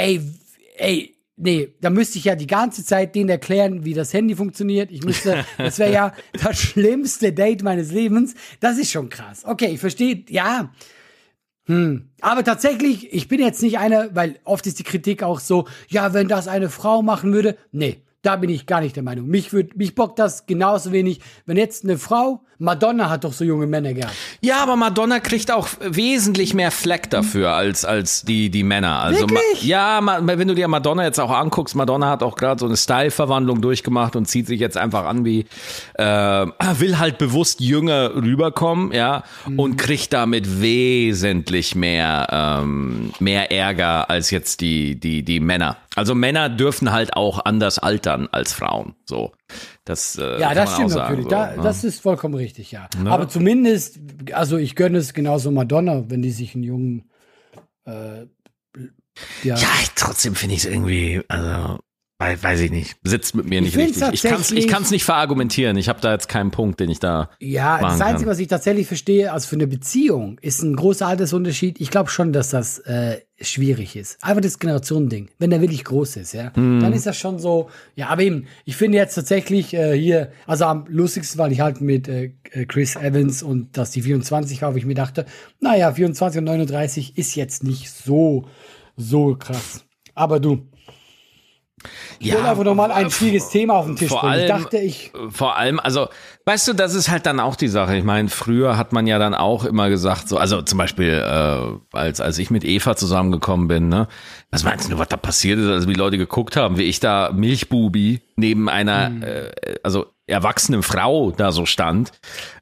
nee, da müsste ich ja die ganze Zeit denen erklären, wie das Handy funktioniert. Das wäre ja das schlimmste Date meines Lebens. Das ist schon krass. Okay, ich verstehe, ja. Aber tatsächlich, ich bin jetzt nicht einer, weil oft ist die Kritik auch so, ja, wenn das eine Frau machen würde. Nee. Da bin ich gar nicht der Meinung. Mich bockt das genauso wenig. Wenn jetzt eine Frau, Madonna hat doch so junge Männer gehabt. Ja, aber Madonna kriegt auch wesentlich mehr Fleck dafür als die Männer. Also wirklich? Wenn du dir Madonna jetzt auch anguckst, Madonna hat auch gerade so eine Style-Verwandlung durchgemacht und zieht sich jetzt einfach an wie, will halt bewusst jünger rüberkommen, ja, und kriegt damit wesentlich mehr Ärger als jetzt die Männer. Also Männer dürfen halt auch anders altern als Frauen, so. Das stimmt natürlich. Das ist vollkommen richtig, ja. Aber zumindest, also ich gönne es genauso Madonna, wenn die sich einen jungen Ja, trotzdem finde ich es irgendwie, also weiß ich nicht, sitzt mit mir nicht richtig. Ich kann es nicht verargumentieren. Ich habe da jetzt keinen Punkt, den ich da ja, das Einzige, was ich tatsächlich verstehe, also für eine Beziehung, ist ein großer Altersunterschied. Ich glaube schon, dass das schwierig ist. Einfach das Generationending. Wenn der wirklich groß ist, ja, dann ist das schon so. Ja, aber eben, ich finde jetzt tatsächlich hier, also am lustigsten war ich halt mit Chris Evans und dass die 24 war, wo ich mir dachte, naja, 24 und 39 ist jetzt nicht so krass. Aber du, ich will einfach nochmal ein schwieriges Thema auf den Tisch bringen. Vor allem, also, weißt du, das ist halt dann auch die Sache. Ich meine, früher hat man ja dann auch immer gesagt, so, also zum Beispiel, als ich mit Eva zusammengekommen bin, ne, was meinst du, was da passiert ist, also wie Leute geguckt haben, wie ich da Milchbubi neben einer, also erwachsenen Frau da so stand.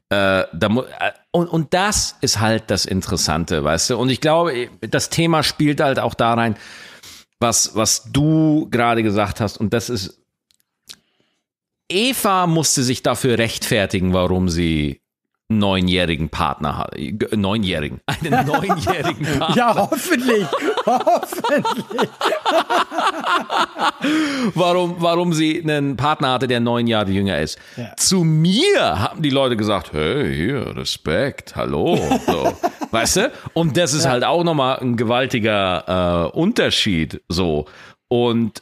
Und das ist halt das Interessante, weißt du? Und ich glaube, das Thema spielt halt auch da rein, was du gerade gesagt hast, und das ist, Eva musste sich dafür rechtfertigen, warum sie einen 9-jährigen Partner hat. Einen 9-jährigen Partner. Ja, hoffentlich. Warum sie einen Partner hatte, der 9 Jahre jünger ist. Ja. Zu mir haben die Leute gesagt, hey, hier, Respekt, hallo. So. Weißt du? Und das ist halt auch nochmal ein gewaltiger Unterschied. So. Und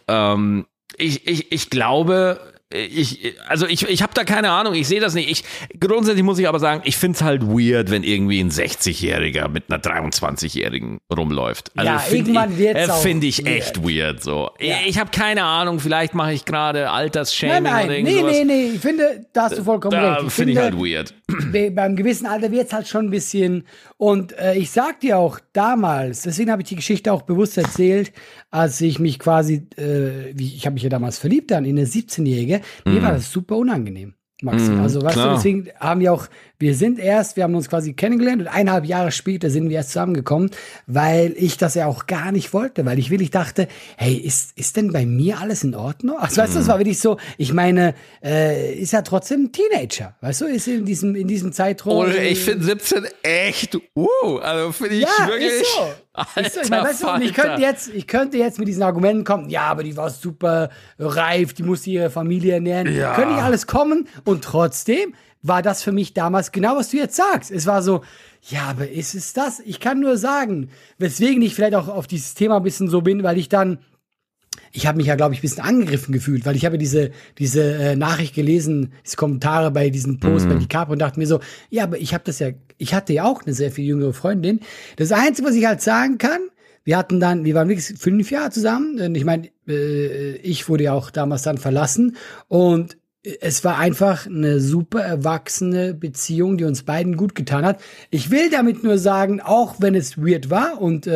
ich glaube, ich habe da keine Ahnung, ich sehe das nicht. Grundsätzlich muss ich aber sagen, ich finde es halt weird, wenn irgendwie ein 60-Jähriger mit einer 23-Jährigen rumläuft. Also ja, irgendwann wird's auch. Finde ich echt weird so. Ja. Ich habe keine Ahnung, vielleicht mache ich gerade Altersshaming oder irgendwas. Nee, ich finde, da hast du vollkommen recht. Da finde ich halt weird. Beim gewissen Alter wird es halt schon ein bisschen, und ich sag dir auch damals, deswegen habe ich die Geschichte auch bewusst erzählt, als ich mich quasi, ich habe mich ja damals verliebt dann in eine 17-Jährige, mir war das super unangenehm, Maxi. Also weißt du, deswegen haben wir haben uns quasi kennengelernt und 1,5 Jahre später sind wir erst zusammengekommen, weil ich das ja auch gar nicht wollte, weil ich dachte, hey, ist denn bei mir alles in Ordnung? Also weißt du, das war wirklich so, ich meine, ist ja trotzdem ein Teenager, weißt du, ist in diesem Zeitraum. Und ich finde 17 echt, also finde ich wirklich. Ist so. Alter, ich meine, weißt du, ich könnte jetzt mit diesen Argumenten kommen, ja, aber die war super reif, die musste ihre Familie ernähren, könnte nicht alles kommen, und trotzdem war das für mich damals genau, was du jetzt sagst. Es war so, ja, aber ist es das? Ich kann nur sagen, weswegen ich vielleicht auch auf dieses Thema ein bisschen so bin, weil ich habe mich ja, glaube ich, ein bisschen angegriffen gefühlt, weil ich habe diese Nachricht gelesen, diese Kommentare bei diesen Posts bei DiCaprio, und dachte mir so, ja, aber ich hatte ja auch eine sehr viel jüngere Freundin. Das Einzige, was ich halt sagen kann, wir waren wirklich 5 Jahre zusammen, und ich meine, ich wurde ja auch damals dann verlassen, und es war einfach eine super erwachsene Beziehung, die uns beiden gut getan hat. Ich will damit nur sagen, auch wenn es weird war, und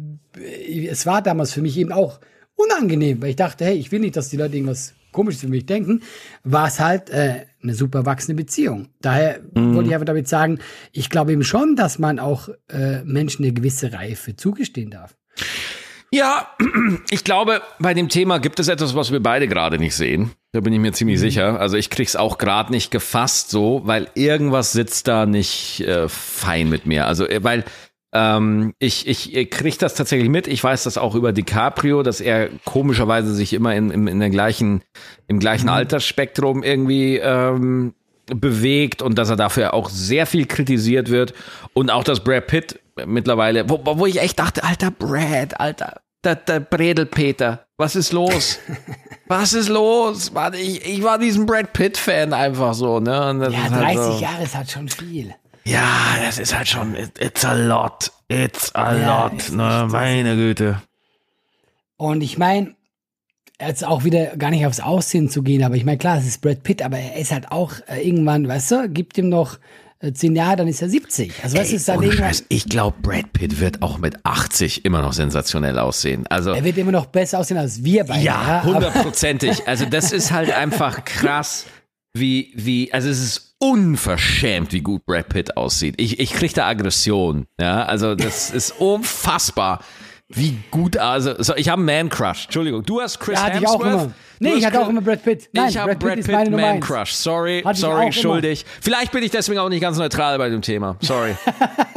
es war damals für mich eben auch unangenehm, weil ich dachte, hey, ich will nicht, dass die Leute irgendwas Komisches für mich denken, war es halt eine super erwachsene Beziehung. Daher wollte ich einfach damit sagen, ich glaube eben schon, dass man auch Menschen eine gewisse Reife zugestehen darf. Ja, ich glaube, bei dem Thema gibt es etwas, was wir beide gerade nicht sehen. Da bin ich mir ziemlich sicher. Also ich krieg's auch gerade nicht gefasst so, weil irgendwas sitzt da nicht fein mit mir. Also weil ich krieg das tatsächlich mit. Ich weiß das auch über DiCaprio, dass er komischerweise sich immer im gleichen Altersspektrum irgendwie bewegt, und dass er dafür auch sehr viel kritisiert wird, und auch, dass Brad Pitt mittlerweile, wo ich echt dachte, alter Brad, der Bredelpeter, was ist los? Was ist los? Mann, ich war diesen Brad Pitt-Fan einfach so, ne? Und das ja, ist 30 halt so. Jahre ist halt schon viel. Ja, das ist halt schon, it's a lot, ne? Meine Güte. Und ich meine, jetzt auch wieder gar nicht aufs Aussehen zu gehen, aber ich meine, klar, es ist Brad Pitt, aber er ist halt auch irgendwann, weißt du, gibt ihm noch 10 Jahre, dann ist er 70. Also was ist dann irgendwann? Ich glaube, Brad Pitt wird auch mit 80 immer noch sensationell aussehen. Also er wird immer noch besser aussehen als wir beide. Ja, 100%. Also das ist halt einfach krass, also es ist unverschämt, wie gut Brad Pitt aussieht. Ich krieg da Aggression. Ja, also das ist unfassbar. Wie gut, also ich habe einen Man-Crush. Entschuldigung, du hast Chris Hemsworth. Ich auch immer. Nee, ich hatte auch immer Brad Pitt. Nein, ich habe Brad Pitt Man-Crush. Sorry, schuldig. Vielleicht bin ich deswegen auch nicht ganz neutral bei dem Thema. Sorry.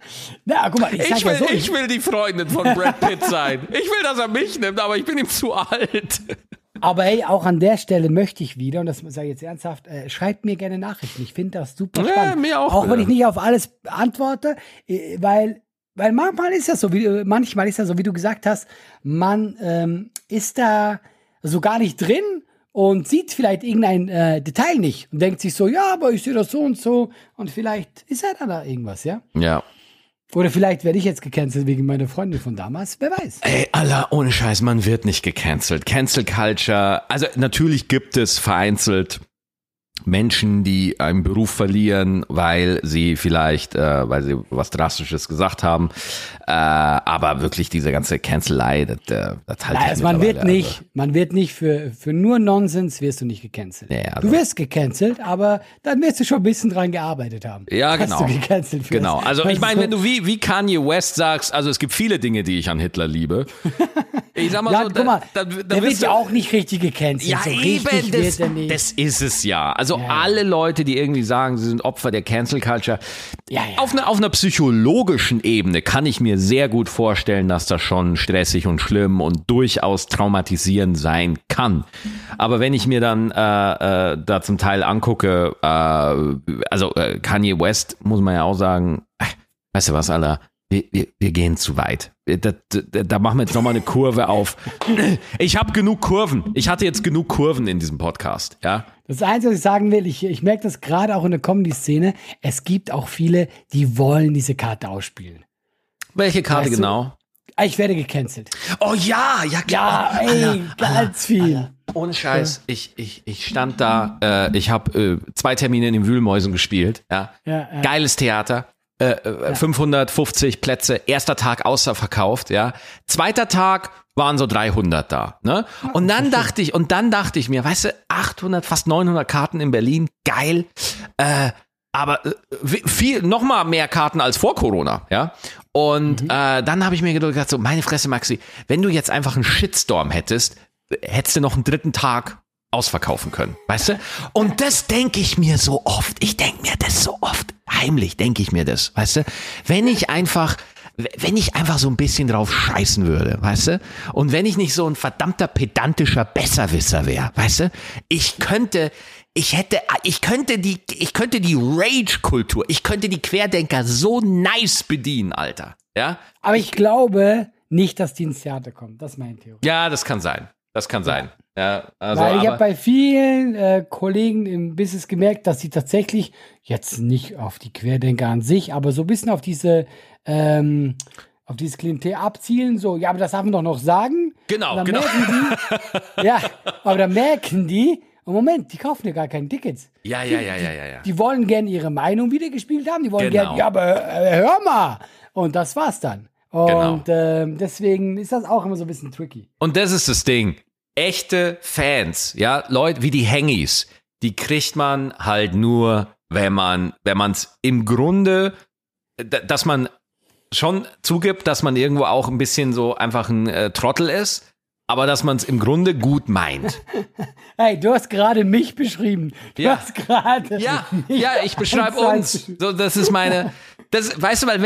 Na, guck mal, ich will die Freundin von Brad Pitt sein. Ich will, dass er mich nimmt, aber ich bin ihm zu alt. Aber hey, auch an der Stelle möchte ich wieder, und das sage ich jetzt ernsthaft, schreibt mir gerne Nachrichten. Ich finde das super spannend. Mir auch. Auch wenn ich nicht auf alles antworte, weil manchmal ist das so, wie du gesagt hast, man ist da so gar nicht drin und sieht vielleicht irgendein Detail nicht und denkt sich so, ja, aber ich sehe das so und vielleicht ist ja da irgendwas, ja? Ja. Oder vielleicht werde ich jetzt gecancelt wegen meiner Freundin von damals, wer weiß. Ey, Alter, ohne Scheiß, man wird nicht gecancelt. Cancel Culture, also natürlich gibt es vereinzelt Menschen, die einen Beruf verlieren, weil sie vielleicht, weil sie was Drastisches gesagt haben, aber wirklich diese ganze Cancelei, das halt also man wird nicht für nur Nonsens wirst du nicht gecancelt. Ja, also du wirst gecancelt, aber dann wirst du schon ein bisschen dran gearbeitet haben. Ja, dass genau. Du gecancelt wirst. Genau. Also ich meine, wenn du wie Kanye West sagst, also es gibt viele Dinge, die ich an Hitler liebe. Ich sag mal ja, so, guck mal, da der wird ja auch nicht richtig gecancelt. Ja, so eben, wird er nicht. das ist es ja. Also alle Leute, die irgendwie sagen, sie sind Opfer der Cancel Culture, auf einer psychologischen Ebene kann ich mir sehr gut vorstellen, dass das schon stressig und schlimm und durchaus traumatisierend sein kann. Aber wenn ich mir dann da zum Teil angucke, Kanye West, muss man ja auch sagen, weißt du was, Alter, wir gehen zu weit. Da machen wir jetzt nochmal eine Kurve auf. Ich habe genug Kurven. Ich hatte jetzt genug Kurven in diesem Podcast, ja. Das Einzige, was ich sagen will, ich merke das gerade auch in der Comedy-Szene, es gibt auch viele, die wollen diese Karte ausspielen. Welche Karte genau? Ich werde gecancelt. Oh ja, klar. Ja, ey, ganz viel. Alter, ohne Scheiß, ich stand da, ich habe 2 Termine in den Wühlmäusen gespielt, ja. Geiles Theater. 550 Plätze, erster Tag ausverkauft, ja. Zweiter Tag waren so 300 da, ne? Und dann dachte ich mir, weißt du, 800, fast 900 Karten in Berlin, geil, aber noch mal mehr Karten als vor Corona, ja. Und dann habe ich mir gedacht, so, meine Fresse, Maxi, wenn du jetzt einfach einen Shitstorm hättest du noch einen 3. Tag ausverkaufen können, weißt du? Und das denke ich mir so oft. Ich denke mir das so oft. Heimlich denke ich mir das, weißt du? Wenn ich einfach so ein bisschen drauf scheißen würde, weißt du? Und wenn ich nicht so ein verdammter pedantischer Besserwisser wäre, weißt du? Ich könnte die Rage-Kultur, ich könnte die Querdenker so nice bedienen, Alter. Ja? Aber ich glaube nicht, dass die ins Theater kommen. Das ist meine Theorie. Ja, das kann sein. Ja, also, weil ich habe bei vielen Kollegen im Business gemerkt, dass sie tatsächlich jetzt nicht auf die Querdenker an sich, aber so ein bisschen auf dieses Klientel abzielen, so, ja, aber das darf man doch noch sagen. Genau. Merken die, ja, aber dann merken die, Moment, die kaufen ja gar keine Tickets. Ja. Die wollen gerne ihre Meinung wiedergespielt haben, die wollen gerne, ja, aber hör mal. Und das war's dann. Und deswegen ist das auch immer so ein bisschen tricky. Und das ist das Ding. Echte Fans, ja, Leute wie die Hengis, die kriegt man halt nur, wenn man's im Grunde, dass man schon zugibt, dass man irgendwo auch ein bisschen so einfach ein Trottel ist, aber dass man es im Grunde gut meint. Hey, du hast gerade mich beschrieben. Ja, ich beschreibe uns. So, das ist weißt du, weil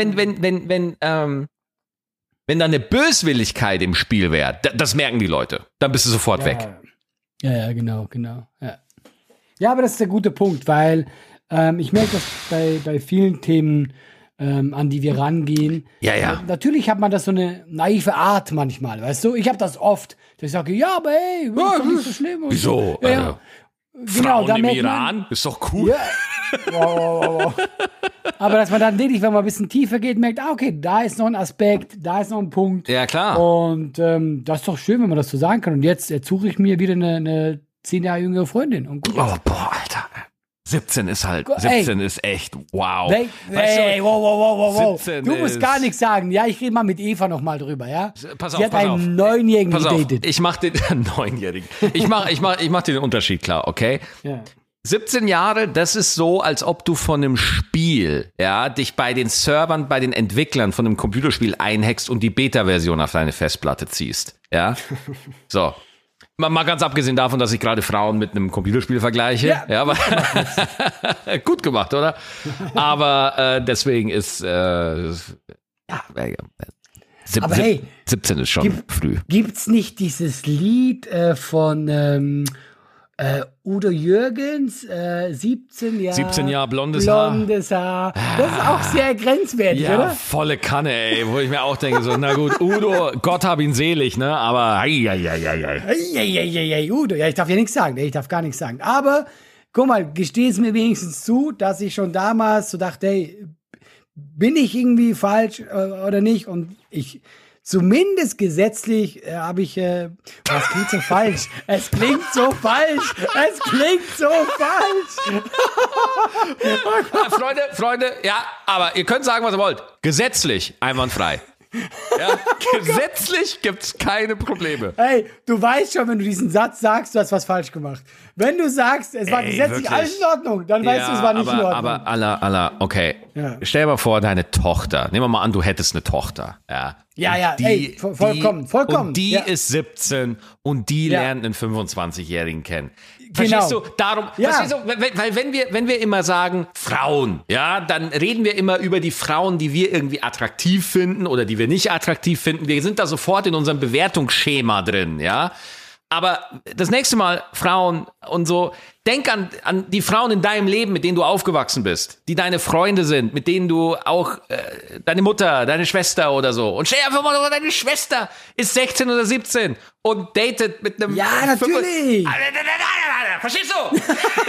wenn da eine Böswilligkeit im Spiel wäre, das merken die Leute. Dann bist du sofort weg. Ja, genau. Ja, aber das ist der gute Punkt, weil ich merke das bei vielen Themen, an die wir rangehen. Ja. Natürlich hat man das so eine naive Art manchmal, weißt du? Ich habe das oft. Ich sage, ja, aber hey, ist doch nicht so schlimm. Und wieso? So. Ja. Genau, Frauen im Iran? Ist doch cool. Ja. Wow. Aber dass man dann wirklich, wenn man ein bisschen tiefer geht, merkt, okay, da ist noch ein Aspekt, da ist noch ein Punkt. Ja, klar. Und das ist doch schön, wenn man das so sagen kann. Und jetzt suche ich mir wieder eine 10 Jahre jüngere Freundin. Und gut. Oh, boah, Alter. 17 ist echt wow. Hey, wow. 17 du musst gar nichts sagen. Ja, ich rede mal mit Eva noch mal drüber, ja? Sie hat einen 9-Jährigen gedatet. Ich mach den 9-Jährigen. Ich mach den Unterschied klar, okay? Ja. 17 Jahre, das ist so, als ob du von einem Spiel, ja, dich bei den Servern, bei den Entwicklern von einem Computerspiel einhackst und die Beta-Version auf deine Festplatte ziehst, ja? So. Mal ganz abgesehen davon, dass ich gerade Frauen mit einem Computerspiel vergleiche. Ja, aber gut gemacht, oder? Aber deswegen ist aber hey, 17 ist schon früh. Gibt's nicht dieses Lied von Udo Jürgens, 17 Jahre blondes Haar. Das ist auch sehr grenzwertig, ja, oder? Volle Kanne, ey, wo ich mir auch denke, so, na gut, Udo, Gott hab ihn selig, ne, aber Udo, ja, ich darf ja nichts sagen, ich darf gar nichts sagen, aber, guck mal, gesteh es mir wenigstens zu, dass ich schon damals so dachte, hey, bin ich irgendwie falsch oder nicht, und zumindest gesetzlich habe ich, was klingt so falsch? Es klingt so falsch. Freunde, ja, aber ihr könnt sagen, was ihr wollt. Gesetzlich einwandfrei. Ja, gesetzlich gibt's keine Probleme. Hey, du weißt schon, wenn du diesen Satz sagst, du hast was falsch gemacht. Wenn du sagst, es war gesetzlich wirklich alles in Ordnung, dann weißt du, es war nicht in Ordnung. Aber Allah, okay. Ja. Stell dir mal vor, deine Tochter, nehmen wir mal an, du hättest eine Tochter. Ja, vollkommen. Und die ist 17 und die lernt einen 25-Jährigen kennen. Verstehst du? Darum, verstehst du, weil wenn wir immer sagen, Frauen, ja, dann reden wir immer über die Frauen, die wir irgendwie attraktiv finden oder die wir nicht attraktiv finden. Wir sind da sofort in unserem Bewertungsschema drin, ja. Aber das nächste Mal, Frauen und so, denk an die Frauen in deinem Leben, mit denen du aufgewachsen bist, die deine Freunde sind, mit denen du auch deine Mutter, deine Schwester oder so. Und stell dir einfach mal vor, deine Schwester ist 16 oder 17 und datet mit einem... Ja, natürlich! Verstehst du?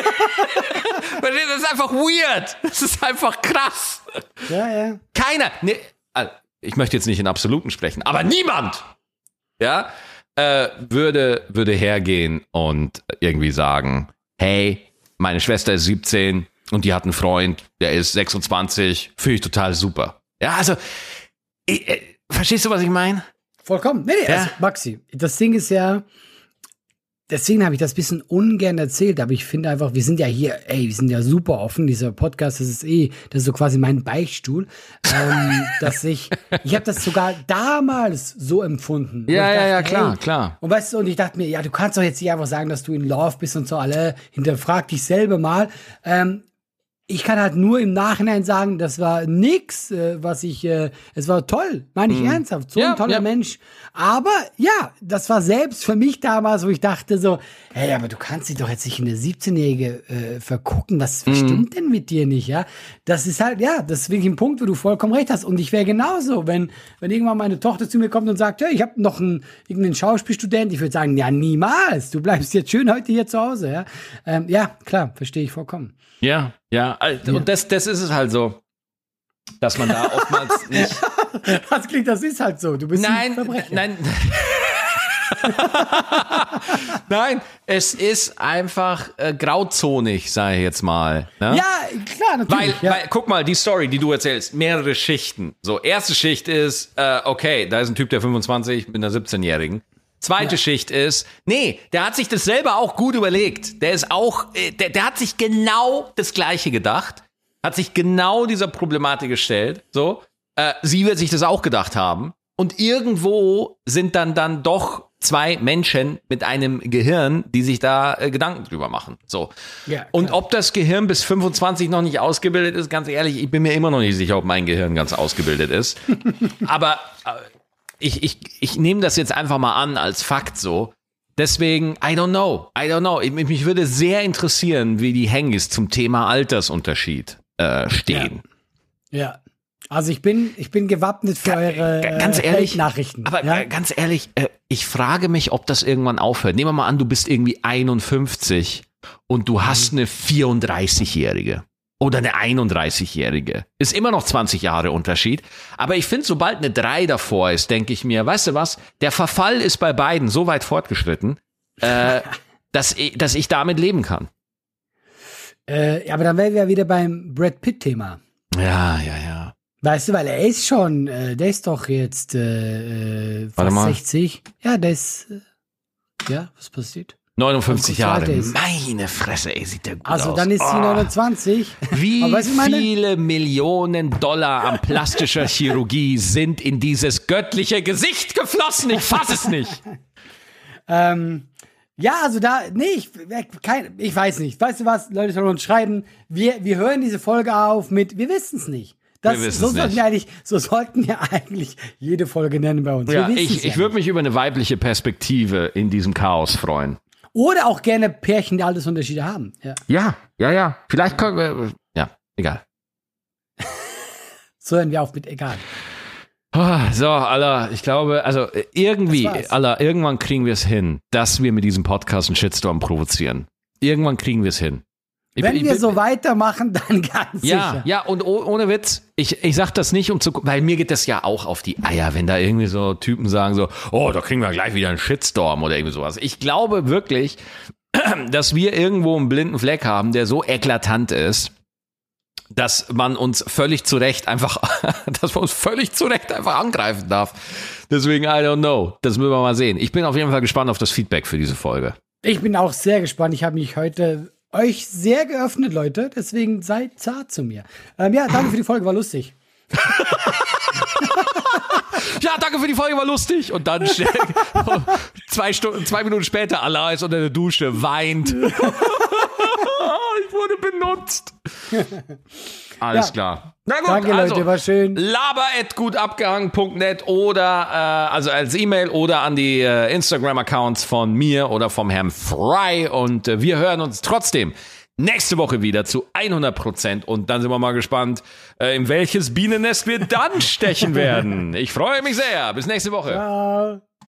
Das ist einfach weird. Das ist einfach krass. Ja. Keiner, ich möchte jetzt nicht in Absoluten sprechen, aber niemand, ja, würde hergehen und irgendwie sagen, hey, meine Schwester ist 17 und die hat einen Freund, der ist 26, finde ich total super. Ja, also, verstehst du, was ich meine? Vollkommen. Nee, also, Maxi, das Ding ist ja, deswegen habe ich das ein bisschen ungern erzählt, aber ich finde einfach, wir sind ja hier, wir sind ja super offen, dieser Podcast, das ist so quasi mein Beichtstuhl, dass ich habe das sogar damals so empfunden. Ja, klar. Und weißt du, und ich dachte mir, ja, du kannst doch jetzt nicht einfach sagen, dass du in Love bist und so, alle, hinterfrag dich selber mal. Ich kann halt nur im Nachhinein sagen, das war nix, es war toll, meine ich ernsthaft, so ein toller Mensch. Aber ja, das war selbst für mich damals, wo ich dachte so, hey, aber du kannst dich doch jetzt nicht in eine 17-Jährige vergucken, was stimmt denn mit dir nicht, ja? Das ist halt, das ist wirklich ein Punkt, wo du vollkommen recht hast. Und ich wäre genauso, wenn irgendwann meine Tochter zu mir kommt und sagt, hey, ich habe noch irgendeinen Schauspielstudent, ich würde sagen, ja, niemals, du bleibst jetzt schön heute hier zu Hause, ja? Ja, klar, verstehe ich vollkommen. Ja, und das ist es halt so, dass man da oftmals nicht... Das klingt, das ist halt so, du bist ein Verbrecher. Nein, es ist einfach grauzonig, sage ich jetzt mal. Ne? Ja, klar, natürlich. Weil, guck mal, die Story, die du erzählst, mehrere Schichten. So, erste Schicht ist, okay, da ist ein Typ, der 25 mit einer 17-Jährigen. Zweite Schicht ist, der hat sich das selber auch gut überlegt. Der ist auch, der hat sich genau das Gleiche gedacht, hat sich genau dieser Problematik gestellt. So, sie wird sich das auch gedacht haben. Und irgendwo sind dann doch zwei Menschen mit einem Gehirn, die sich da Gedanken drüber machen. So. Ja, und ob das Gehirn bis 25 noch nicht ausgebildet ist, ganz ehrlich, ich bin mir immer noch nicht sicher, ob mein Gehirn ganz ausgebildet ist. Aber ich nehme das jetzt einfach mal an als Fakt so. Deswegen, I don't know. Mich würde sehr interessieren, wie die Hengis zum Thema Altersunterschied stehen. Ja. Also ich bin gewappnet für eure ganz ehrlich, Nachrichten. Aber ganz ehrlich, ich frage mich, ob das irgendwann aufhört. Nehmen wir mal an, du bist irgendwie 51 und du hast eine 34-Jährige. Oder eine 31-Jährige. Ist immer noch 20 Jahre Unterschied. Aber ich finde, sobald eine 3 davor ist, denke ich mir, weißt du was, der Verfall ist bei beiden so weit fortgeschritten, dass ich damit leben kann. Aber dann wären wir wieder beim Brad Pitt-Thema. Ja. Weißt du, weil er ist schon, der ist doch jetzt fast 60. Ja, der ist, was passiert? 59 Jahre. Meine Fresse, sieht der gut aus. Also dann ist sie 29. Wie viele Millionen Dollar an plastischer Chirurgie sind in dieses göttliche Gesicht geflossen? Ich fass es nicht. Ja, also ich weiß nicht. Weißt du was, Leute sollen uns schreiben, wir hören diese Folge auf mit, wir wissen es nicht. So sollten wir eigentlich jede Folge nennen bei uns. Ja, ich würde mich über eine weibliche Perspektive in diesem Chaos freuen. Oder auch gerne Pärchen, die Altersunterschiede haben. Ja. Vielleicht können wir, egal. So hören wir auf mit egal. So, Alter, ich glaube, also irgendwann kriegen wir es hin, dass wir mit diesem Podcast einen Shitstorm provozieren. Irgendwann kriegen wir es hin. Wenn wir so weitermachen, dann ganz sicher. Ja, und ohne Witz, ich sag das nicht, weil mir geht das ja auch auf die Eier, wenn da irgendwie so Typen sagen so, oh, da kriegen wir gleich wieder einen Shitstorm oder irgendwie sowas. Ich glaube wirklich, dass wir irgendwo einen blinden Fleck haben, der so eklatant ist, dass man uns völlig zu Recht einfach angreifen darf. Deswegen, I don't know. Das müssen wir mal sehen. Ich bin auf jeden Fall gespannt auf das Feedback für diese Folge. Ich bin auch sehr gespannt. Ich habe mich heute euch sehr geöffnet, Leute. Deswegen seid zart zu mir. Danke für die Folge, war lustig. Ja, danke für die Folge, war lustig. Und dann 2 Minuten später, Allah ist unter der Dusche, weint. Ich wurde benutzt. Alles klar. Na gut, danke, Leute, war schön. laber@gutabgehangen.net oder also als E-Mail oder an die Instagram-Accounts von mir oder vom Herrn Fry. Und wir hören uns trotzdem nächste Woche wieder zu 100%. Und dann sind wir mal gespannt, in welches Bienennest wir dann stechen werden. Ich freue mich sehr. Bis nächste Woche. Ciao.